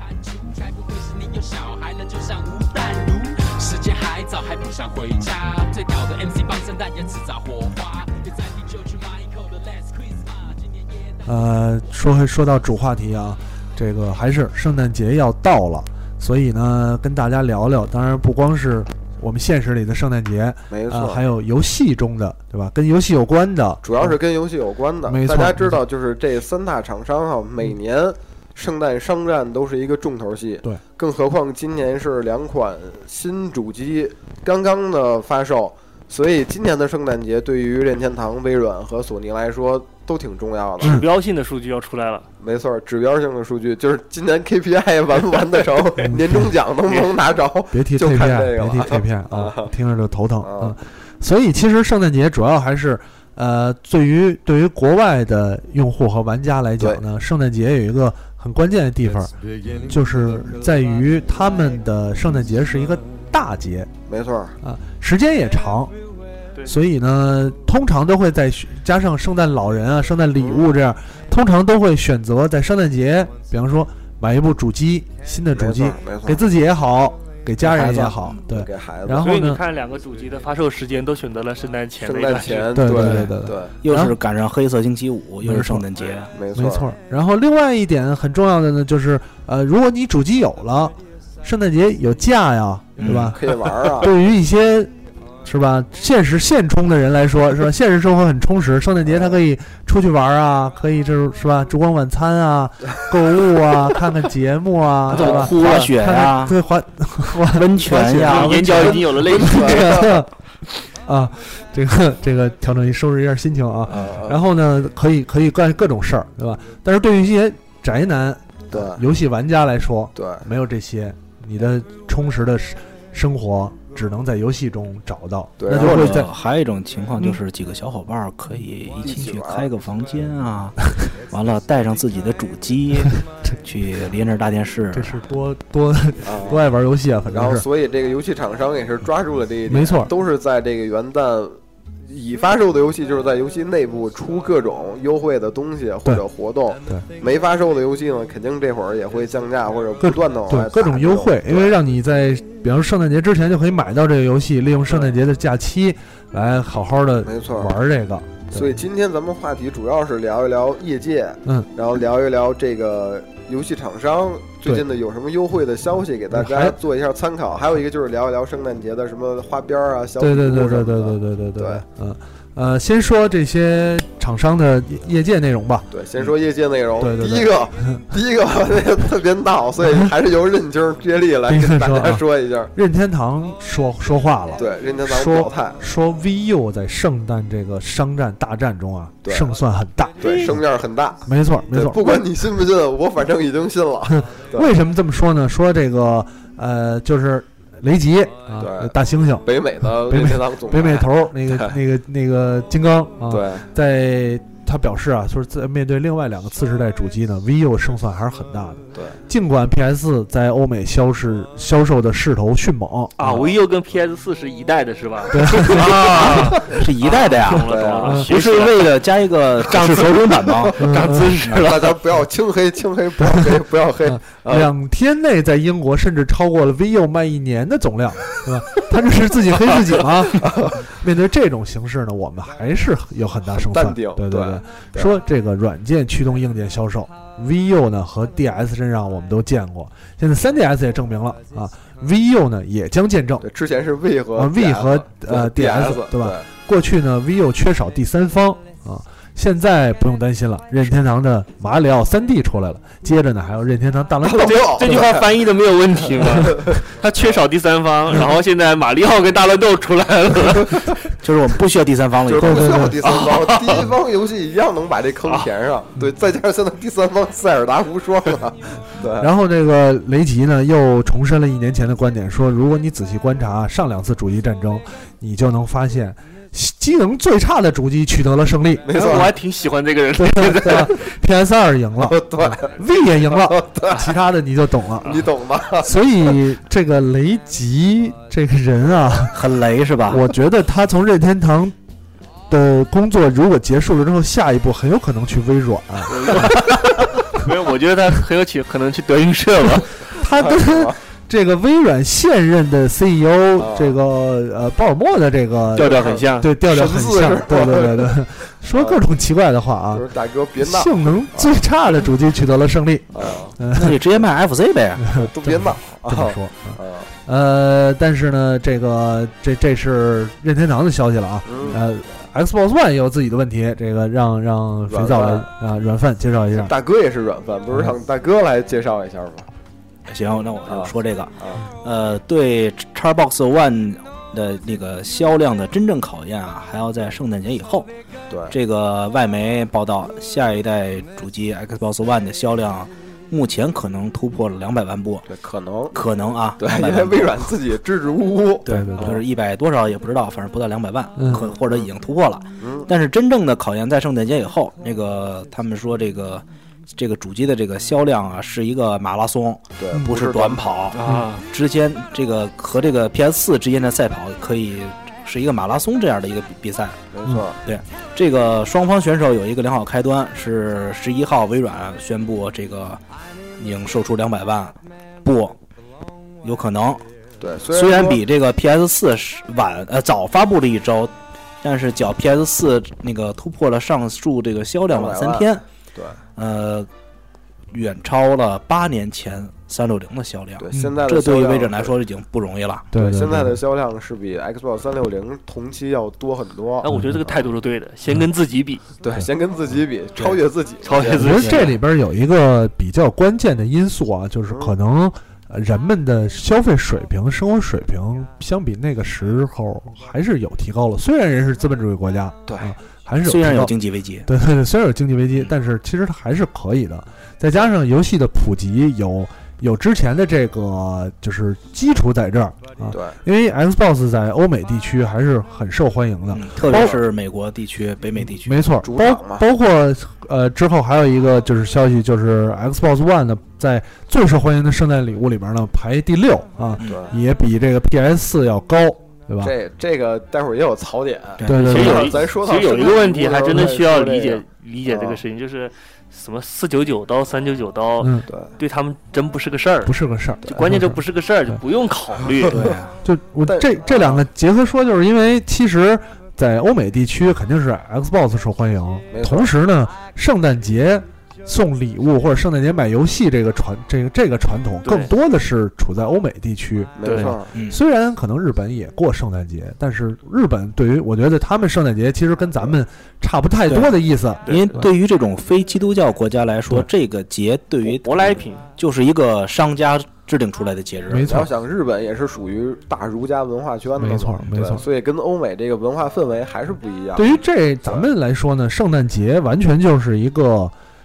B: 说到主话题啊，这个还是圣诞节要到了，所以呢，跟大家聊聊。当然，不光是我们现实里的圣诞节，
A: 没错，
B: 还有游戏中的，对吧？跟游戏有关的，
A: 主要是跟游戏有关的。
B: 没错，
A: 大家知道，就是这3大厂商哈，每年圣诞商战都是一个重头戏。
B: 对，
A: 更何况今年是2款新主机刚刚的发售，所以今年的圣诞节对于任天堂、微软和索尼来说都挺重要的。
E: 指标性的数据要出来了。
A: 没错，指标性的数据就是今年 KPI 完不完得成，年终奖能不能拿着？
B: 别提 KPI， 别提 KPI 啊，听着就头疼啊。所以其实圣诞节主要还是对于国外的用户和玩家来讲呢，圣诞节有一个很关键的地方，就是在于他们的圣诞节是一个大节，
A: 没错
B: 啊，时间也长。所以呢，通常都会再加上圣诞老人啊、圣诞礼物这样，通常都会选择在圣诞节，比方说买一部主机，新的主机，给自己也好，给家人也好，对，
A: 给孩子。
B: 然后呢，
E: 所以你看2个主机的发售时间都选择了圣诞前的一段时间，
B: 对，
C: 又是赶上黑色星期五，又是圣诞节，
A: 没
B: 错。然后另外一点很重要的呢，就是如果你主机有了，圣诞节有假呀，对吧？
A: 可以玩啊。
B: 对于一些是吧，现充的人来说，是吧？现实生活很充实，圣诞节他可以出去玩啊，可以是吧？烛光晚餐啊，购物啊，看看节目啊，对吧？
C: 滑雪啊，
B: 对，
C: 温泉呀，
E: 眼角已经有了泪水
B: 啊。这个调整收拾一下心情啊。然后呢，可以干各种事儿，对吧？但是对于一些宅男、
A: 对
B: 游戏玩家来说，
A: 对，
B: 没有这些，你的充实的生活只能在游戏中找到。
A: 对，
B: 那就会在
C: 还有一种情况就是几个小伙伴可以一起去开个房间啊，完了带上自己的主机去连着大电视。
B: 这是多爱玩游戏啊，反正是。
A: 然后所以这个游戏厂商也是抓住了这一点，
B: 没错，
A: 都是在这个元旦已发售的游戏，就是在游戏内部出各种优惠的东西或者活动。
B: 对，
A: 没发售的游戏呢，肯定这会儿也会降价或者不断的
B: 对各种优惠，因为让你在比方说圣诞节之前就可以买到这个游戏，利用圣诞节的假期来好好的玩这个。
A: 所以今天咱们话题主要是聊一聊业界，然后聊一聊这个游戏厂商最近的有什么优惠的消息，给大家做一下参考。还有一个就是聊一聊圣诞节的什么花边啊、小礼物什么的。
B: 对，先说这些厂商的业界内容吧。
A: 对，先说业界内容。
B: 对，
A: 第一个那个特别闹，所以还是由任京接力来跟大家说一下。
B: 任天堂说话了。
A: 对，任天堂表态
B: 说 VU 在圣诞这个商战大战中啊，胜算很大。
A: 对，胜面很大。
B: 没错。
A: 不管你信不信，我反正已经信了。
B: 为什么这么说呢？说这个就是雷吉啊，大猩猩，
A: 北美的任天堂总
B: 北美头那个金刚啊，
A: 对，
B: 在他表示啊，说在面对另外2个次世代主机呢 ，VU 胜算还是很大的。
A: 对，
B: 尽管 PS 在欧美销售的势头迅猛
E: 啊，VU 跟 PS4是一代的是吧？
B: 对
C: 啊，是一代的呀，
E: 懂了，
C: 不是为了加一个长手柄版吗？
E: 长姿势了，
A: 大家不要轻黑，不要黑。
B: 2天内在英国甚至超过了 VU 卖1年的总量，对吧？他这是自己黑自己吗？面对这种形势呢，我们还是有很大胜算。对，说这个软件驱动硬件销售 ，VU 呢和 DS 身上我们都见过，现在 3DS 也证明了啊 ，VU 呢也将见证。
A: 对，之前是 V 和
B: DS 对吧？过去呢 VU 缺少第三方啊。现在不用担心了，任天堂的马里奥3D 出来了，接着呢还有任天堂大乱斗。
E: 这句话翻译的没有问题吗？他缺少第三方，然后现在马里奥跟大乱斗出来了，
C: 就是我们不需要第三方了，
A: 不需要第三方，第一方游戏一样能把这坑填上。对，再加上现在第三方塞尔达无双了。对，
B: 然后这个雷吉呢又重申了1年前的观点，说如果你仔细观察上2次主机战争，你就能发现。机能最差的主机取得了胜利，
A: 没错，
E: 我还挺喜欢这个人的。
B: 对 PS2 赢了，
A: 对
B: ，V 也赢了，其他的你就懂了，
A: 你懂吧？
B: 所以这个雷吉这个人啊，
C: 很雷是吧？
B: 我觉得他从任天堂的工作如果结束了之后，下一步很有可能去微软。
E: 没有，我觉得他很有可能去德云社吧。
B: 他跟这个微软现任的 CEO 这个鲍尔默的这个
E: 调调很像，
B: 对，调调很像，对，说各种奇怪的话啊。
A: 大哥别闹，
B: 性能最差的主机取得了胜利，
C: 那你直接卖 FC 呗，
A: 都别闹，
B: 这么说。但是呢，这是任天堂的消息了啊。Xbox One 也有自己的问题，这个让肥皂来软饭介绍一下。
A: 大哥也是软饭，不是让大哥来介绍一下吗？
C: 行，那我就说这个，对 Xbox One 的那个销量的真正考验啊，还要在圣诞节以后。
A: 对，
C: 这个外媒报道，下一代主机 Xbox One 的销量目前可能突破了200万部。
A: 对，可能
C: 啊，
A: 对，因为微软自己支支吾吾，
C: 对，就是100多少也不知道，反正不到200万，或者已经突破了。但是真正的考验在圣诞节以后，那个他们说这个主机的这个销量啊，是一个马拉松，
A: 对，
C: 不是短跑啊。之间这个和这个 PS4 之间的赛跑可以是一个马拉松这样的一个比赛，
A: 没错。
C: 对，这个双方选手有一个良好开端，是11号微软宣布这个已经售出200万，不，有可能。
A: 对，
C: 虽然比这个 PS4 早发布了1周，但是较 PS4 那个突破了上述这个销量晚3天。
A: 对，
C: 远超了8年前360的销量。
A: 对，现在的
C: 这对于微软来说已经不容易了。
B: 对，
A: 现在的销量是比 Xbox 360同期要多很多。
E: 我觉得这个态度是对的，先跟自己比。
A: 对，先跟自己比，超越自己。
B: 我觉得这里边有一个比较关键的因素啊，就是可能人们的消费水平、生活水平相比那个时候还是有提高了。虽然人是资本主义国家，
A: 对。
B: 还是
C: 虽然有经济危机，
B: 对，虽然有经济危机，但是其实它还是可以的。再加上游戏的普及，有之前的这个就是基础在这儿啊。
A: 对，
B: 因为 Xbox 在欧美地区还是很受欢迎的，
C: 特别是美国地区、北美地区。
B: 没错，包括之后还有一个就是消息，就是 Xbox One 呢在最受欢迎的圣诞礼物里边呢排第6啊，也比这个 PS4 要高。对吧？
A: 这个待会儿也有槽点。
B: 对，
E: 其
A: 实
E: 有一个问题还真的需要理解这个事情，就是什么499刀、399刀，对他们真不是个事儿，
B: 不是个事儿。
E: 关键这不是个事儿，就不用考虑。
C: 对，
B: 就我这两个结合说，就是因为其实，在欧美地区肯定是 Xbox 受欢迎，同时呢，圣诞节送礼物或者圣诞节买游戏这个传统，更多的是处在欧美地区。
A: 没错，
B: 虽然可能日本也过圣诞节，但是日本对于我觉得他们圣诞节其实跟咱们差不太多的意思。
C: 因为对于这种非基督教国家来说，这个节对于
E: 舶来品
C: 就是一个商家制定出来的节日。
B: 没错，
A: 要想日本也是属于大儒家文化圈的，
B: 没错，
A: 所以跟欧美这个文化氛围还是不一样。
B: 对于咱们来说呢，圣诞节完全就是一个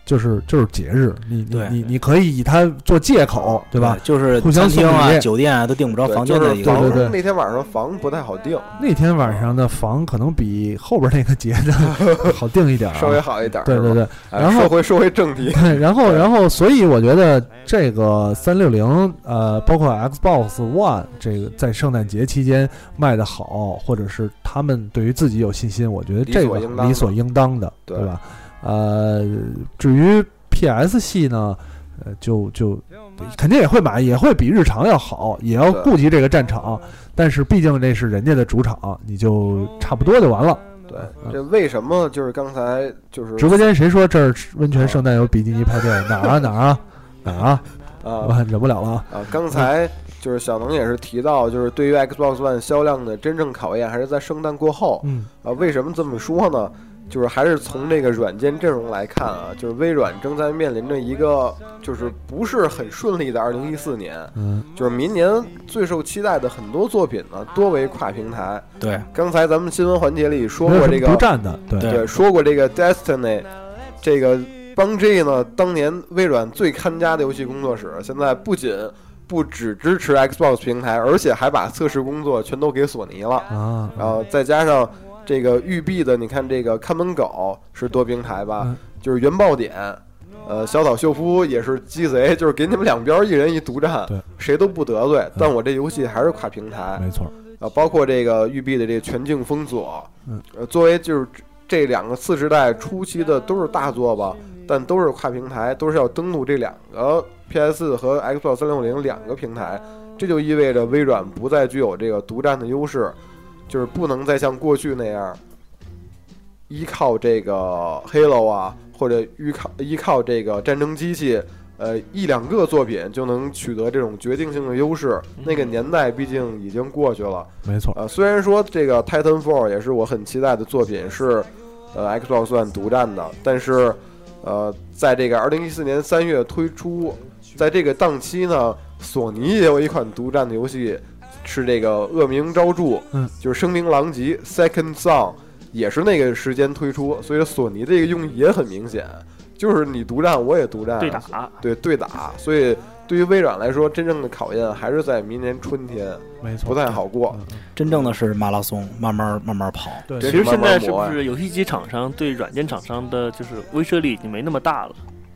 B: 就是节日，你可以以它做借口，对吧？
C: 就是
B: 互相
C: 餐厅啊、酒店啊都订不着房间的一个。
B: 对，
A: 那天晚上房不太好订，
B: 那天晚上的房可能比后边那个节的好订一点，
A: 稍微好一点。
B: 对，然后
A: 说回正题，
B: 然后，所以我觉得这个360，包括 Xbox One 这个在圣诞节期间卖的好，或者是他们对于自己有信心，我觉得这个理所应当的，对吧？至于 PS 系呢，就肯定也会买，也会比日常要好，也要顾及这个战场，但是毕竟这是人家的主场，你就差不多就完了。
A: 对，这为什么就是刚才就是
B: 直播间谁说这儿温泉圣诞有比基尼派对？哪儿啊？我忍不了了啊！
A: 刚才就是小能也是提到，就是对于 Xbox One 销量的真正考验还是在圣诞过后。为什么这么说呢？就是还是从这个软件阵容来看啊，就是微软正在面临着一个就是不是很顺利的2014年。就是明年最受期待的很多作品呢，多为跨平台。
C: 对，
A: 刚才咱们新闻环节里说过这个
B: 独占的，
A: 对，说过这个 Destiny， 这个Bungie呢，当年微软最看家的游戏工作室，现在不只支持 Xbox 平台，而且还把测试工作全都给索尼了啊。然后再加上这个育碧的，你看这个看门狗是多平台吧？就是原爆点，小岛秀夫也是鸡贼，就是给你们两边一人一独占，谁都不得罪。但我这游戏还是跨平台，
B: 没错。
A: 包括这个育碧的这个全境封锁，作为就是这两个次时代初期的都是大作吧，但都是跨平台，都是要登录这两个 PS 和 Xbox 360两个平台，这就意味着微软不再具有这个独占的优势。就是不能再像过去那样依靠这个 Halo 啊，或者依靠这个战争机器，一两个作品就能取得这种决定性的优势。那个年代毕竟已经过去了，
B: 没错。
A: 虽然说这个 Titanfall 也是我很期待的作品，是Xbox One 独占的，但是在这个2014年3月推出，在这个档期呢，索尼也有一款独占的游戏。是这个恶名昭著，就是声名狼藉 Second Son 也是那个时间推出，所以索尼这个用意也很明显，就是你独占我也独占，对打，所以对于微软来说，真正的考验还是在明年春天，
B: 没错，
A: 不太好过。
C: 真正的是马拉松，慢慢跑。
E: 对，其实现在是不是游戏机厂商对软件厂商的就是威慑力已经没那么大了？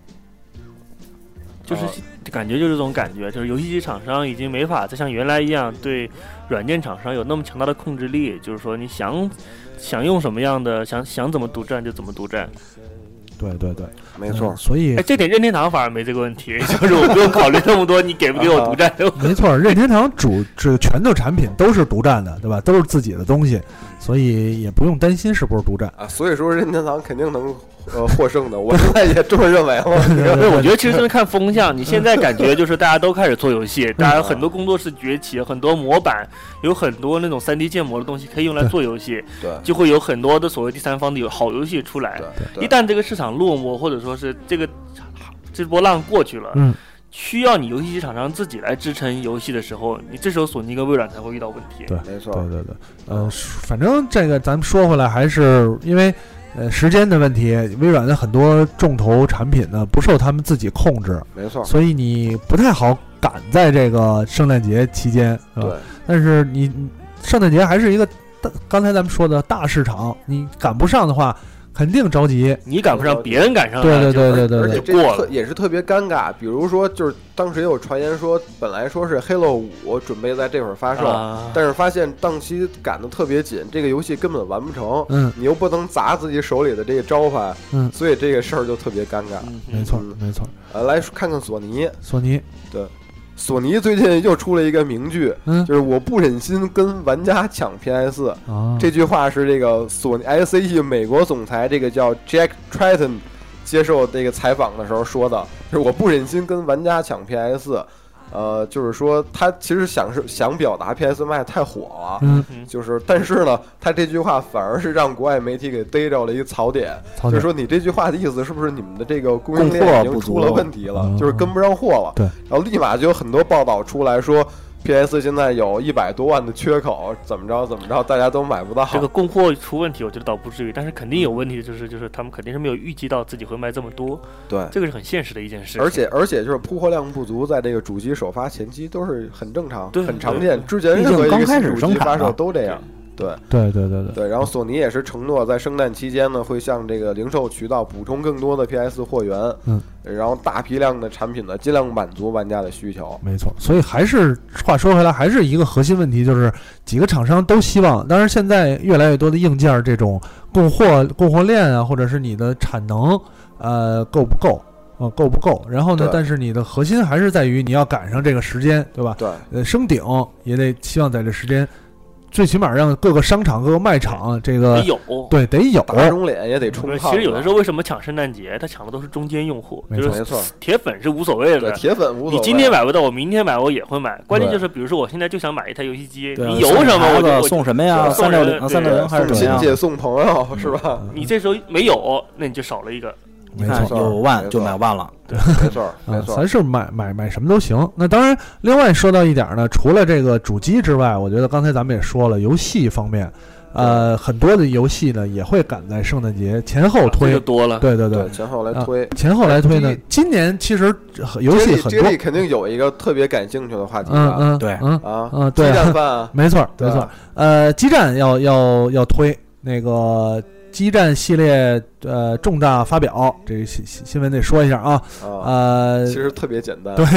E: 就是感觉就是这种感觉，就是游戏机厂商已经没法再像原来一样对软件厂商有那么强大的控制力，就是说你想用什么样的想怎么独占就怎么独占。
B: 对，
A: 没错。
B: 所以
E: 这点任天堂反而没这个问题，就是我不用考虑那么多，你给不给我独占？
B: 没错，任天堂这个拳头产品都是独占的，对吧？都是自己的东西，所以也不用担心是不是独占
A: 啊。所以说任天堂肯定能获胜的，我现在也这么认为了。
E: 对，我觉得其实真的看风向，你现在感觉就是大家都开始做游戏，大家很多工作室崛起，很多模板，有很多那种3D 建模的东西可以用来做游戏，
A: 对，
E: 就会有很多的所谓第三方的好游戏出来。一旦这个市场落寞，或者说是这波浪过去了，需要你游戏机厂商自己来支撑游戏的时候，你这时候索尼跟微软才会遇到问题。
B: 对，
A: 没错。
B: 对，反正这个咱们说回来，还是因为时间的问题，微软的很多重头产品呢不受他们自己控制，
A: 没错，
B: 所以你不太好赶在这个圣诞节期间，是吧？
A: 对。
B: 但是你圣诞节还是一个刚才咱们说的大市场，你赶不上的话，肯定着急。
E: 你赶不上，别人赶上了。
B: 对，
A: 而且这也是特别尴尬。比如说，就是当时也有传言说，本来说是 Halo 5准备在这会儿发售，但是发现档期赶得特别紧，这个游戏根本完不成。你又不能砸自己手里的这个招牌，所以这个事儿就特别尴尬。
B: 没错。
A: 来看看索尼，对。索尼最近又出了一个名句，就是我不忍心跟玩家抢 PS。这句话是这个索尼 SAE 美国总裁这个叫 Jack Tretton 接受这个采访的时候说的，就是我不忍心跟玩家抢 PS。就是说他其实想表达 PS 卖太火了，就是但是呢，他这句话反而是让国外媒体给逮着了一个槽点，就是说你这句话的意思是不是你们的这个供应链已经出了问题了，就是跟不上货了？
B: 对，
A: 然后立马就有很多报道出来说 PS 现在有100多万的缺口，怎么着，大家都买不到。
E: 这个供货出问题，我觉得倒不至于，但是肯定有问题，就是他们肯定是没有预计到自己会卖这么多。
A: 对，
E: 这个是很现实的一件事。
A: 而且就是铺货量不足，在这个主机首发前期都是很正常、很常见。之前任何一个主机发售都这样。对，然后索尼也是承诺在圣诞期间呢，会向这个零售渠道补充更多的 PS 货源，然后大批量的产品呢，尽量满足玩家的需求。
B: 没错，所以还是话说回来，还是一个核心问题，就是几个厂商都希望，当然现在越来越多的硬件这种供货链啊，或者是你的产能，够不够？然后呢，但是你的核心还是在于你要赶上这个时间，对吧？
A: 对，
B: 升顶也得希望在这时间。最起码让各个商场、各个卖场这个得有，
A: 打肿脸也得冲泡。
E: 其实有的时候为什么抢圣诞节，他抢的都是中间用户，
A: 没错，
E: 铁粉是无所谓的，
A: 铁粉无所谓。
E: 你今天买不到，我明天买我也会买。关键就是比如说我现在就想买一台游戏机，你有什么我
C: 送什么呀？360还是
A: 送亲戚、送朋友是吧？
E: 你这时候没有，那你就少了一个。
C: 你看有万就买万了，
A: 对，没错，
B: 咱是买什么都行。那当然，另外说到一点呢，除了这个主机之外，我觉得刚才咱们也说了，游戏方面，很多的游戏呢也会赶在圣诞节前后推，
E: 就多了。
B: 对，
A: 前后来
B: 推呢。今年其实游戏很多，
A: 这里肯定有一个特别感兴趣的话题
B: 对，
A: 激战饭，
B: 没错。激战要推那个。激战系列重大发表，这个新闻得说一下啊。
A: 其实特别简单。
B: 对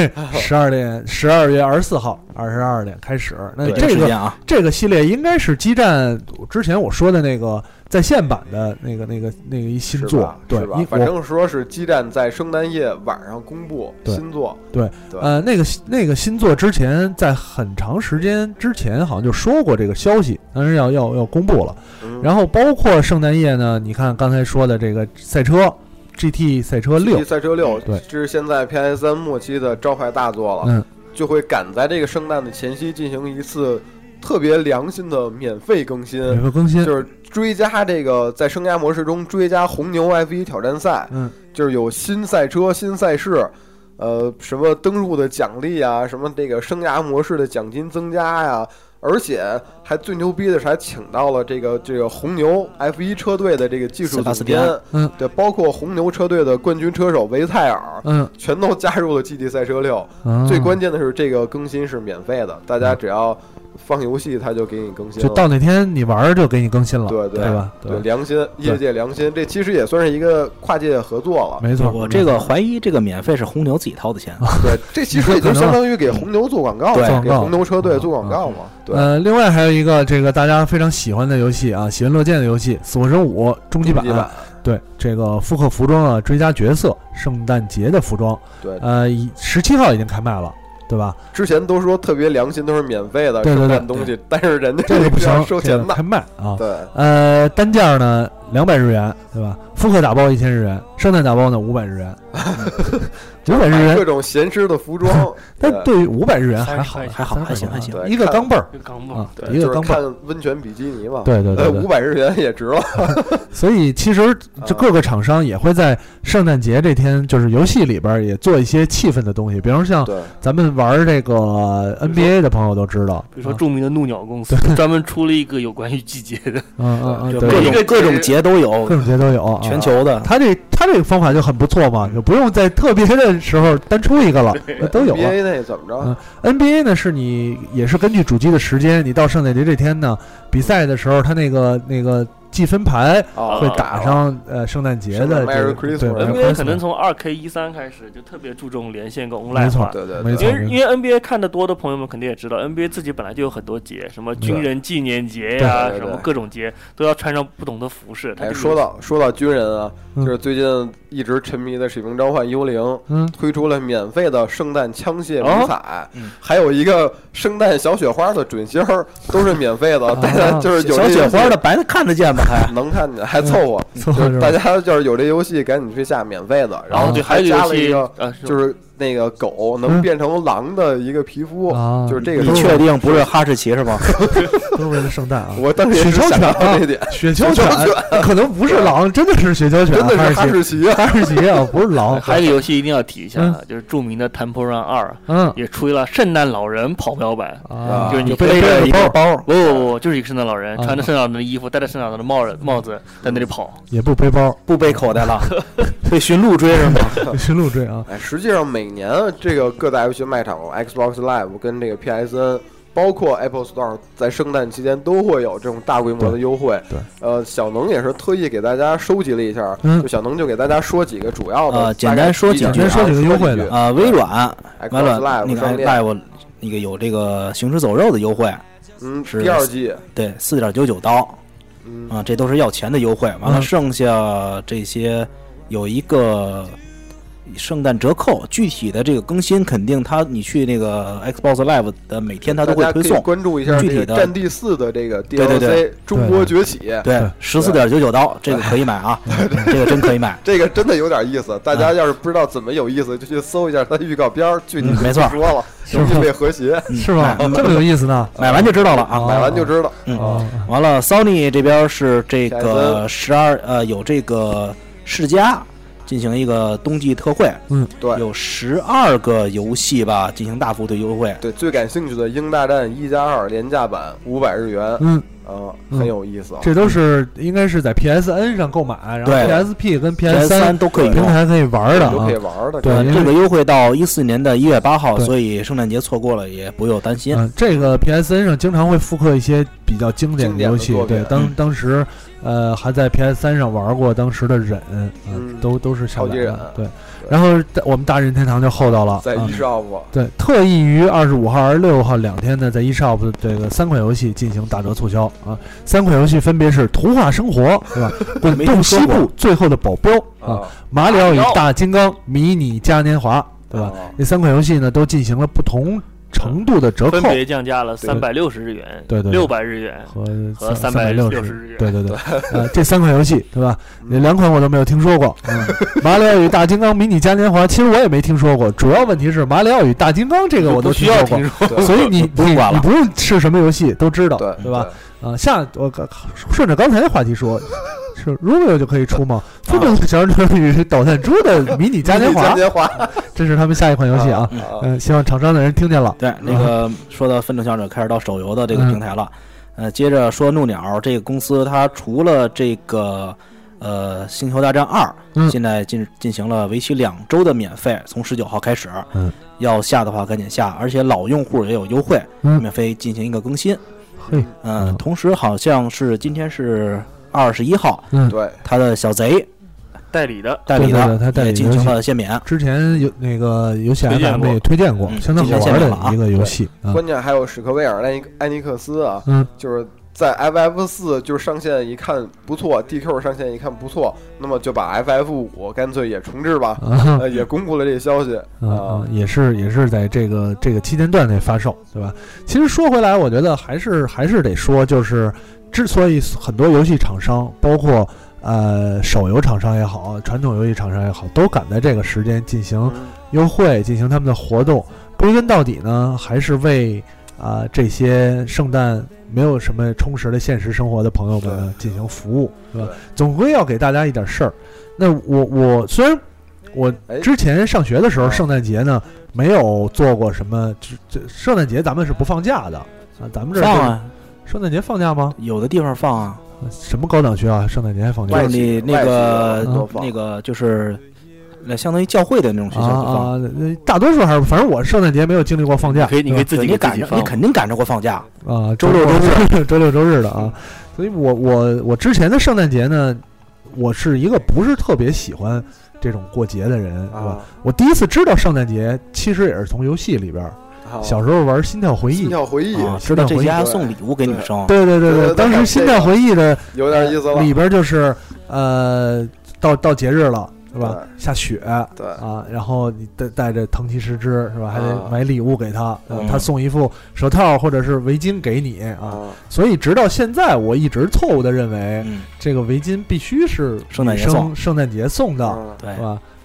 B: ，12月24号22点开始。那这个系列应该是激战之前我说的那个在线版的那个一新作，对，
A: 反正说是激战在圣诞夜晚上公布新作。
B: 对，那个新作之前在很长时间之前好像就说过这个消息，当然要公布了。然后包括圣诞夜呢，你看刚才说的这个赛车 GT 赛车6，对，
A: 这是现在 PS3 末期的招牌大作了，就会赶在这个圣诞的前夕进行一次特别良心的免费更新，就是追加这个在生涯模式中追加红牛 F1 挑战赛，就是有新赛车、新赛事，什么登入的奖励啊，什么这个生涯模式的奖金增加呀。而且还最牛逼的是，还请到了这个红牛 F1 车队的这个技术总监，对，包括红牛车队的冠军车手维泰尔，全都加入了 GT 赛车6。最关键的是，这个更新是免费的，大家只要放游戏，它就给你更新了，
B: 就到那天你玩就给你更新了，
A: 对
B: 吧？
A: 对，良心，业界良心，这其实也算是一个跨界合作了。
B: 没错，
C: 我这个怀疑这个免费是红牛自己掏的钱。
A: 对，这其实也就相当于给红牛做广告，给红牛车队做广告嘛。对，
B: 另外还有一个这个大家非常喜欢的游戏啊，喜闻乐见的游戏《死火生5》终极版。对，这个复刻服装啊，追加角色，圣诞节的服装。
A: 对
B: ，17号已经开卖了。对吧？
A: 之前都说特别良心，都是免费的圣诞东西，但是人家
B: 这个不行，
A: 收钱的，
B: 开卖啊。
A: 对，
B: 单价呢200日元，对吧？复刻打包1000日元，圣诞打包呢500日元。500日元
A: 各种闲适的服装，
B: 但对于500日元还好，
C: 还行。
B: 一个钢镚儿，
A: 一个钢镚儿，看温泉比基尼嘛。
B: 对
A: ，500日元也值了。
B: 所以其实这各个厂商也会在圣诞节这天，就是游戏里边也做一些气氛的东西，比如像咱们玩这个 NBA 的朋友都知道，
E: 比如说著名的怒鸟公司专门出了一个有关于季节的，
C: 各种节都有，
B: 全球的。他这个方法就很不错嘛，就不用在特别的时候单出一个了，都有。
A: NBA 那怎么着
B: ？NBA 呢是你也是根据主机的时间，你到圣诞节这天呢，比赛的时候，他那个计分牌会打上圣诞节的。
A: 对
E: ，NBA 可能从2K13开始就特别注重连线跟 online 化。
A: 对，
E: 因为 NBA 看得多的朋友们肯定也知道 ，NBA 自己本来就有很多节，什么军人纪念节呀，什么各种节都要穿上不同的服饰。
A: 说到军人啊，就是最近一直沉迷的《使命召唤：幽灵》推出了免费的圣诞枪械迷彩，还有一个圣诞小雪花的准星都是免费的。大家就是有
C: 小雪花的白看得见吗？还
A: 能看见，还凑合。就是大家就是有这游戏赶紧去下免费的，然后就还加了一个就是那个狗能变成狼的一个皮肤，就是这个。
C: 你确定不是哈士奇是吗？
B: 都是为了圣诞啊！
A: 我当时
B: 雪橇犬
A: 这点，
B: 雪橇犬可能不是狼，真的是雪橇犬，
A: 真的是哈士奇
B: 啊，不是狼。
E: 还有一个游戏一定要提一下，就是著名的 Temple Run 2，也出了圣诞老人跑标版，就是你背着一个包，不，就是一个圣诞老人，穿着圣诞老人的衣服，戴着圣诞老人的帽子，在那里跑，
B: 也不背包，
C: 不背口袋了，被驯鹿追是吗？
B: 驯鹿追啊！
A: 哎，实际上每年这个各大游戏卖场 ，Xbox Live 跟这个 PSN。包括 Apple Store 在圣诞期间都会有这种大规模的优惠。
B: 对，
A: 小能也是特意给大家收集了一下，就小能就给大家说几个主要的，
C: 简单说几句
B: 优惠的。
C: 微软
A: Xbox Live
C: 那个 Live 那个有这个行尸走肉的优惠，是
A: 第2季，
C: 对，4.99刀，这都是要钱的优惠。完了，剩下这些有一个。圣诞折扣，具体的这个更新肯定你去那个 Xbox Live 的每天它都会推送。
A: 关注一下
C: 具体的
A: 《战地4》的这个 DLC，
C: 对
A: 中国崛起，
C: 对，14.99刀，这个可以买啊，这个真可以买，
A: 这个真的有点意思。大家要是不知道怎么有意思，就去搜一下它的预告片，具体
C: 没错
A: 说了，因为和谐
B: 是吧？这么有意思呢？
C: 买完就知道了啊，
A: 买完就知道。
C: 完了 ，Sony 这边是这个有这个世嘉。进行一个冬季特惠，
A: 对，
C: 有12个游戏吧进行大幅度优惠。
A: 对，最感兴趣的《英大战1+2》廉价版500日元，很有意思啊。
B: 这都是应该是在 PSN 上购买，然后 PSP 跟
C: PS3 都可以
B: 平台可以玩的，
A: 都可以玩的。
B: 对，
C: 这个优惠到14年的1月8号，所以圣诞节错过了也不用担心。
B: 这个 PSN 上经常会复刻一些比较经典的游戏，对，当时。还在 PS3 上玩过当时的忍，都是下载的，对。然后我们大任天堂就厚道了，
A: 在 eShop，
B: 对，特意于25号、26号2天呢，在 eShop 的这个3款游戏进行打折促销啊。3款游戏分别是《图画生活》是吧？《滚动西部最后的保镖》啊，《马里奥与大金刚迷你嘉年华》对吧？这3款游戏呢都进行了不同程度的折扣，
E: 分别降价了360日元、
B: 对
E: 600日元和360日元。
B: 对，这3款游戏对吧？那2款我都没有听说过。马里奥与大金刚迷你嘉年华，其实我也没听说过。主要问题是马里奥与大金刚这个我都听说过，所以你不用是什么游戏都知道，对吧？我顺着刚才的话题说。是 Romeo 就可以出吗？风筝小女与导弹猪的迷你嘉年华，这是他们下一款游戏啊。希望厂商的人听见了。
C: 对，那个说到奋斗小者开始到手游的这个平台了。接着说怒鸟这个公司，它除了这个星球大战2，现在进行了为期2周的免费，从19号开始。要下的话赶紧下，而且老用户也有优惠，免费进行一个更新。同时好像是今天是21号，
A: 对，
C: 他的小贼
E: 代理的，
B: 他
C: 也进行了限免。
B: 之前有那个游戏 FM 也推荐过，相当好玩的一个游戏。
A: 关键还有史克威尔艾尼克斯啊，就是在 FF4 就是上线一看不错 ，DQ 上线一看不错，那么就把 FF5干脆也重置吧，也公布了这个消息
B: 也是在这个期间段内发售，对吧？其实说回来，我觉得还是得说，就是之所以很多游戏厂商，包括手游厂商也好，传统游戏厂商也好，都赶在这个时间进行优惠，进行他们的活动，归根到底呢，还是为这些圣诞没有什么充实的现实生活的朋友们进行服务，是吧？总归要给大家一点事儿。那我虽然我之前上学的时候，圣诞节呢没有做过什么，圣诞节咱们是不放假的啊，咱们这
C: 放啊，
B: 圣诞节放假吗？
C: 有的地方放啊。
B: 什么高档学校圣诞节还放假？
C: 就是你那个就是相当于教会的那种学校就放。
B: 大多数还是，反正我圣诞节没有经历过放假。
E: 你可以自己赶着，
C: 你肯定赶着过放假
B: 啊，周六周日的啊。所以我之前的圣诞节呢，我是一个不是特别喜欢这种过节的人，是吧？我第一次知道圣诞节，其实也是从游戏里边。小时候玩《心跳回忆》，
C: 知道这些还送礼物给女生。
B: 对，当时《心跳回忆》的
A: 有点意思了，
B: 里边就是到节日了，是吧？下雪，
A: 对
B: 啊，然后你带着藤崎诗织，是吧？还得买礼物给他，他送一副手套或者是围巾给你啊。所以直到现在，我一直错误的认为这个围巾必须是圣诞节送的，
C: 对
B: 吧？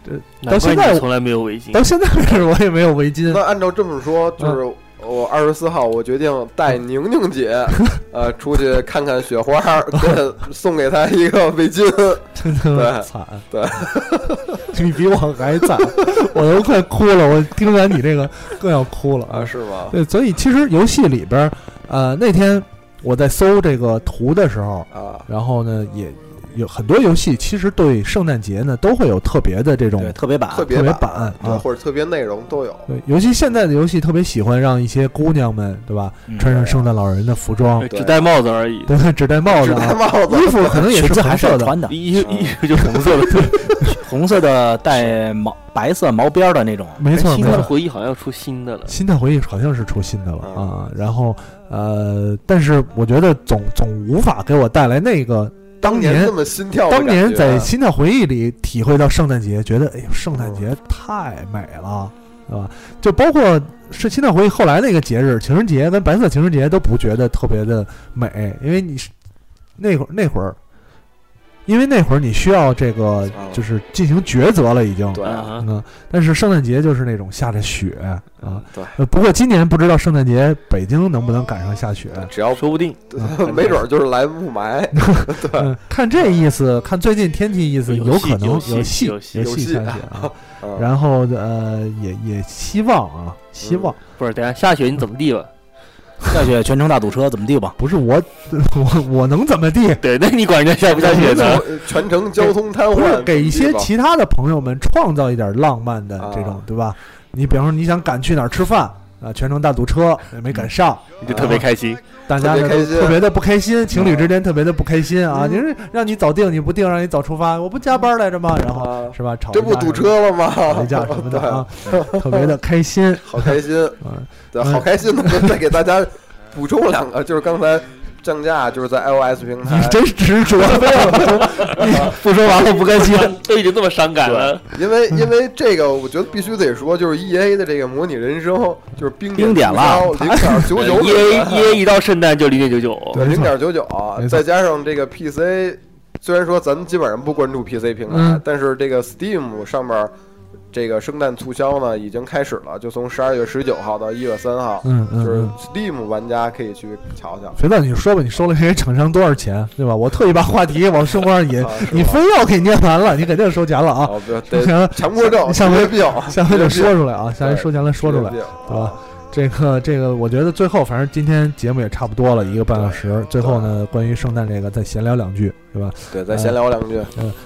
B: 到现在
E: 从来没有围巾，
B: 到现在为止我也没有围巾。
A: 那按照这么说，就是我24号我决定带宁宁姐，出去看看雪花，送给她一个围巾。
B: 真的惨，
A: 对，
B: 你比我还惨，我都快哭了。我听完你这个更要哭了
A: 啊，是吗？
B: 对，所以其实游戏里边，那天我在搜这个图的时候
A: 啊，
B: 然后呢也。有很多游戏其实对圣诞节呢都会有特别的这种
C: 特别版
A: 或者特别内容都有。
B: 对，尤其现在的游戏特别喜欢让一些姑娘们，对吧，穿上圣诞老人的服装，
E: 只戴帽子而已。
B: 对，只戴帽子，衣服可能也是红色的，
C: 穿的，
E: 衣服就红色的，
C: 红色的带白色毛边的那种。
B: 没错，
E: 新的回忆好像要出新的了。
B: 新的回忆好像是出新的了啊。然后但是我觉得总无法给我带来那个。当年
A: 那么心跳，
B: 当年在心跳回忆里体会到圣诞节，觉得哎呦，圣诞节太美了，对吧？就包括是心跳回忆后来那个节日，情人节跟白色情人节都不觉得特别的美，因为你那会儿，因为那会儿你需要这个就是进行抉择了，已经
A: 对
B: 但是圣诞节就是那种下着雪啊，
A: 对。
B: 不过今年不知道圣诞节北京能不能赶上下雪，
A: 只要
E: 说不定，
A: 没准就是来雾霾。对，
B: 看这意思，看最近天气意思，有可能有戏下雪啊。然后也希望啊，希望
E: 不是等下下雪你怎么地吧？
C: 下雪全程大堵车怎么地吧？
B: 不是我能怎么地？
E: 对，那你管人家下不下雪呢？
A: 全程交通瘫痪，
B: 给一些其他的朋友们创造一点浪漫的这种，对吧？你比方说你想赶去哪儿吃饭啊，全程大堵车也没赶上，
E: 你就特别开心，
B: 大家呢特别的不开心，情侣之间特别的不开心啊！你是让你早定你不定，让你早出发，我不加班来着吗？然后是吧？吵
A: 这不堵车了吗？
B: 吵一架什么的啊，特别的开心，
A: 好开心，对，好开心的。再给大家补充两个，就是刚才降价，就是在 iOS 平台。
B: 你真执着，不说完了不开心，
E: 都已经这么伤感了。
A: 因为这个，我觉得必须得说，就是 EA 的这个模拟人生，就是冰
C: 点了
A: 0.99。
E: EA 一到圣诞就0.99，
A: 对0.99，再加上这个 PC， 虽然说咱们基本上不关注 PC 平台，但是这个 Steam 上面。这个圣诞促销呢已经开始了，就从12月19号到1月3号，就是 Steam 玩家可以去瞧瞧。
B: 肥皂，你说吧，你收了这些厂商多少钱，对吧？我特意把话题往生活上引，你非要给念完了，你肯定收钱了啊！
A: 强迫症，
B: 下回得说出来啊，下回收钱了说出来，对吧？这个，我觉得最后反正今天节目也差不多了1个半小时。最后呢，关于圣诞这个再闲聊两句，对吧？
A: 对，再闲聊两句。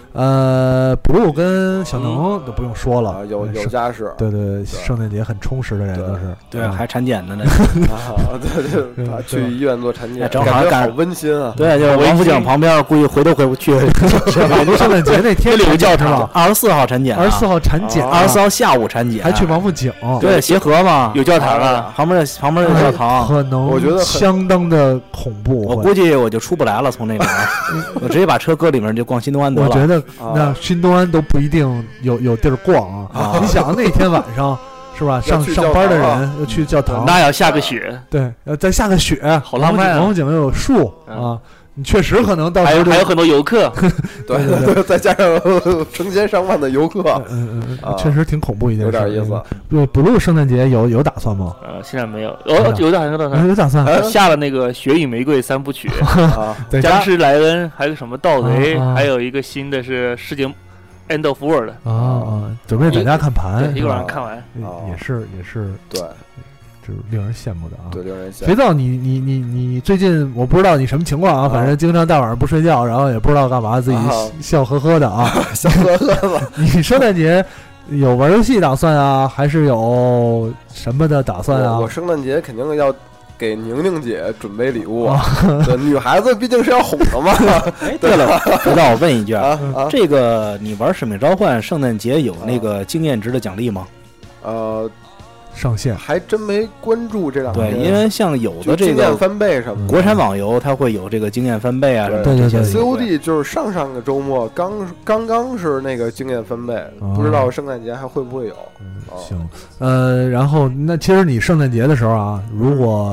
B: Blue 跟小能都不用说了，
A: 有家室。
B: 对，圣诞节很充实的人都是。
C: 对，还产检的呢。
A: 对，去医院做产检，
C: 正好
A: 好温馨啊。
C: 对，就是王府井旁边，估计回都回不去。
B: 圣诞节那天
C: 里有教程，24号产检
B: ，24号产检
C: ，24号下午产检，
B: 还去王府井。
C: 对，协和嘛，
E: 有教堂啊，
C: 旁边有教堂，
B: 可能我觉得相当的恐怖。
C: 我估计我就出不来了，从那边，我直接把车搁里面就逛新东安得了。
B: 我觉得那新东安都不一定有地儿逛啊！你想那天晚上是吧？上班的人要去教堂，
E: 那要下个雪，
B: 对，要再下个雪，
E: 好浪漫啊！
B: 王府井又有树啊，你确实可能到时候
E: 还有很多游客，
A: 对，再加上成千上万的游客，
B: 确实挺恐怖一件事，
A: 有点意思。
B: Blue 圣诞节有打算吗？
E: 现在没有，有打算，下了那个《雪与玫瑰》3部曲，僵尸莱恩，还有什么盗贼，还有一个新的是世界 End of World
B: 准备在家看盘，
E: 一个晚上看完，
B: 也是
A: 对。
B: 就是令人羡慕的啊！
A: 对，令人羡慕。
B: 肥皂，你最近我不知道你什么情况啊，反正经常大晚上不睡觉，然后也不知道干嘛，自己笑呵呵的啊，
A: 笑呵呵的。
B: 你圣诞节有玩游戏打算啊，还是有什么的打算啊？
A: 我圣诞节肯定要给宁宁姐准备礼物啊！女孩子毕竟是要哄的嘛。
C: 哎，对了，肥皂，我问一句啊，这个你玩使命召唤圣诞节有那个经验值的奖励吗？
B: 上线
A: 还真没关注这两天。
C: 对，因为像有的这个
A: 经验翻倍什么的，
C: 国产网游它会有这个经验翻倍啊什么的。
B: 对
A: COD 就是上个周末刚是那个经验翻倍，不知道圣诞节还会不会有。
B: 行，然后那其实你圣诞节的时候啊，如果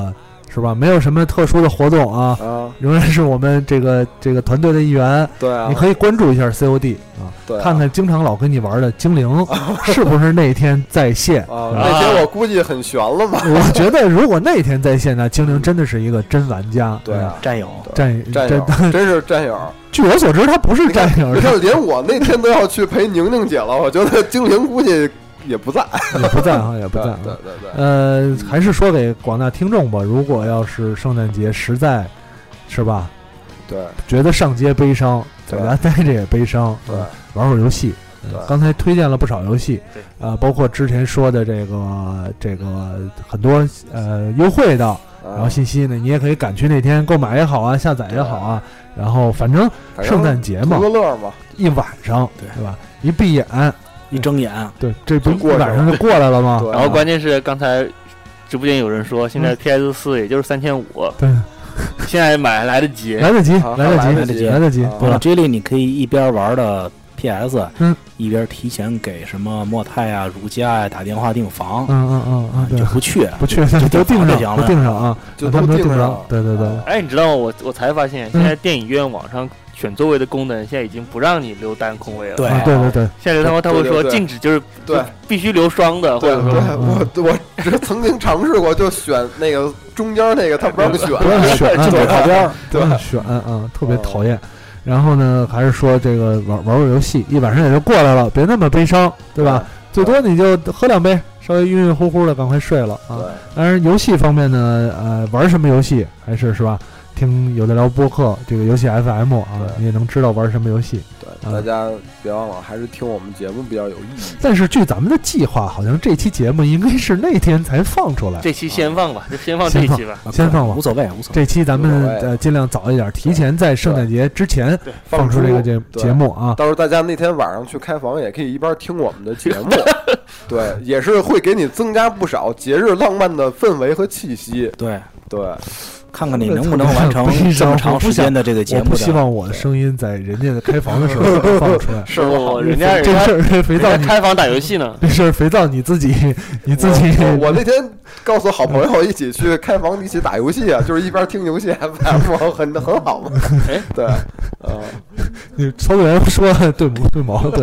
B: 是吧？没有什么特殊的活动啊，仍然是我们这个团队的一员。
A: 对啊，
B: 你可以关注一下 COD 啊，
A: 对，
B: 看看经常老跟你玩的精灵是不是那天在线
A: 啊？那天我估计很悬了吧？
B: 我觉得如果那天在线呢，精灵真的是一个真玩家，
A: 对啊，
C: 战友，
A: 真是战友。
B: 据我所知，他不是战友。
A: 你看，连我那天都要去陪宁宁姐了，我觉得精灵估计也不在，
B: 也不在啊，也不在。
A: 对。
B: 还是说给广大听众吧，如果要是圣诞节实在，是吧？
A: 对，
B: 觉得上街悲伤，在家待着也悲伤，
A: 对，
B: 玩会儿游戏。刚才推荐了不少游戏，包括之前说的这个很多优惠的，然后信息呢，你也可以赶去那天购买也好啊，下载也好啊。然后反正圣诞节嘛，
A: 图个乐嘛，
B: 一晚上对吧？一闭眼
C: 一睁眼，
B: 对，这不一晚上就过来了吗？
E: 然后关键是刚才直播间有人说，现在 PS4也就是3500，
B: 对，
E: 现在买来得及，
B: 来得及。
C: 对了，这里你可以一边玩的 PS，一边提前给什么莫泰啊、如家呀打电话订房，就不去，
B: 就都订上，
C: 都
B: 订上啊，
A: 就都订上。
B: 对。
E: 哎，你知道吗？我才发现，现在电影院网上选座位的功能，现在已经不让你留单空位了。
C: 对。
E: 现在他会说禁止，就是
A: 对，
E: 必须留双的。
A: 对，我曾经尝试过，就选那个中间那个，他不让选，
B: 就走靠边，不让选啊，特别讨厌。然后呢，还是说这个玩游戏，一晚上也就过来了，别那么悲伤，对吧？最多你就喝2杯，稍微晕晕乎乎的，赶快睡了啊。当然，游戏方面呢，玩什么游戏还是吧？听有的聊播客，这个游戏 FM 啊，你也能知道玩什么游戏。
A: 对，大家别忘了，还是听我们节目比较有意义。
B: 但是据咱们的计划，好像这期节目应该是那天才放出来。
E: 这期先放吧，就先放这一期吧，
B: 先放吧，
C: 无所谓。
B: 这期咱们尽量早一点，提前在圣诞节之前放出这个节目啊。
A: 到时候大家那天晚上去开房，也可以一边听我们的节目，对，也是会给你增加不少节日浪漫的氛围和气息。
C: 对。看看你能不能完成这么长时间的这个节目。
B: 我不希望我的声音在人家的开房的时候放出来。
E: 是我人家
B: 这事儿肥皂，
E: 你开房打游戏呢？
B: 这事儿肥皂你自己。
A: 我那天告诉好朋友一起去开房，一起打游戏啊，就是一边听游戏 FM， 很好嘛。哎，对，
B: 你操作员说对毛对。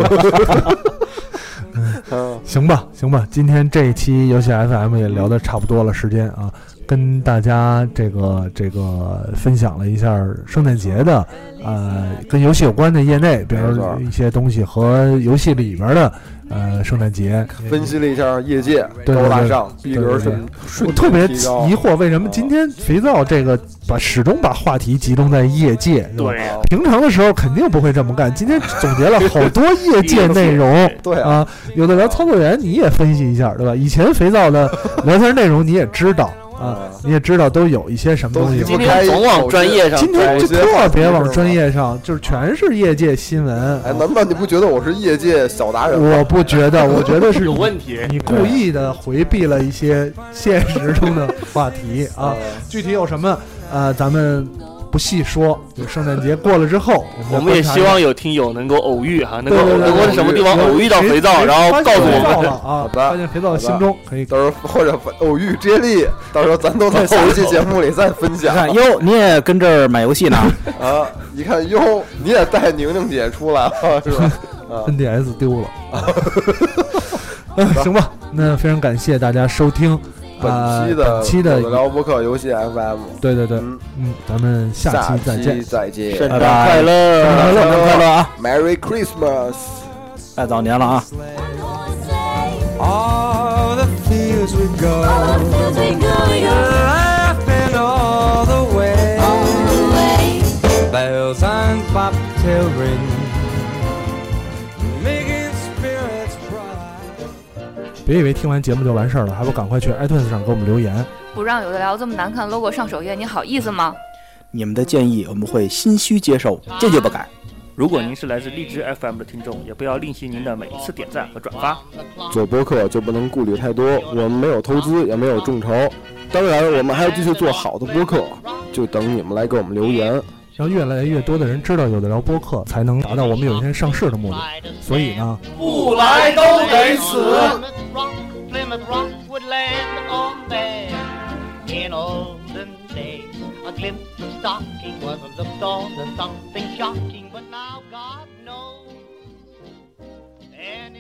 B: 行吧，今天这一期游戏 FM 也聊得差不多了，时间啊。跟大家这个分享了一下圣诞节的跟游戏有关的业内，比如一些东西和游戏里边的圣诞节，
A: 分析了一下业界高大上，逼格
B: 我特别疑惑，为什么今天肥皂这个始终把话题集中在业界？
E: 对，
B: 平常的时候肯定不会这么干。今天总结了好多业界内容，
A: 对
B: 啊，有的聊操作员你也分析一下，对吧？以前肥皂的聊天内容你也知道。你也知道都有一些什么东西。
E: 今天总往专业上，
B: 今天就特别往专业上，就是全是业界新闻。
A: 哎，难道你不觉得我是业界小达人？
B: 我不觉得，我觉得是
E: 有问题。
B: 你故意的回避了一些现实中的话题啊。具体有什么咱们不细说。就圣诞节过了之后，
E: 我们也希望有听友能够偶遇哈，能够在什么地方偶遇到肥皂，然后告诉我们
B: 啊，发现肥皂的心中可以，
A: 到时候或者偶遇接力，到时候咱都在后期节目里再分享。
C: 看哟，你也跟这儿买游戏呢
A: 啊？一看哟，你也带宁宁姐出来了是吧
B: ？NDS 丢了行吧，那非常感谢大家收听。本期的
A: 聊播客游戏 FM，
B: 对，咱们下期
A: 再见，
E: 圣诞快乐，
C: 圣诞快乐啊
A: ，Merry Christmas，
C: 拜早年了啊。
F: All the fields we go, laughing all the way, bells and bobtail ring, making spirits bright。
B: 别以为听完节目就完事儿了，还不赶快去 iTunes 上给我们留言。
G: 不让有的聊这么难看 logo 上首页，你好意思吗？
C: 你们的建议我们会心虚接受，坚决不改。
E: 如果您是来自荔枝 FM 的听众，也不要吝惜您的每一次点赞和转发。
A: 做播客就不能顾虑太多，我们没有投资，也没有众筹，当然我们还要继续做好的播客，就等你们来给我们留言，
B: 让越来越多的人知道有的聊播客，才能达到我们有一天上市的目的。所以呢，
E: 不来都得死。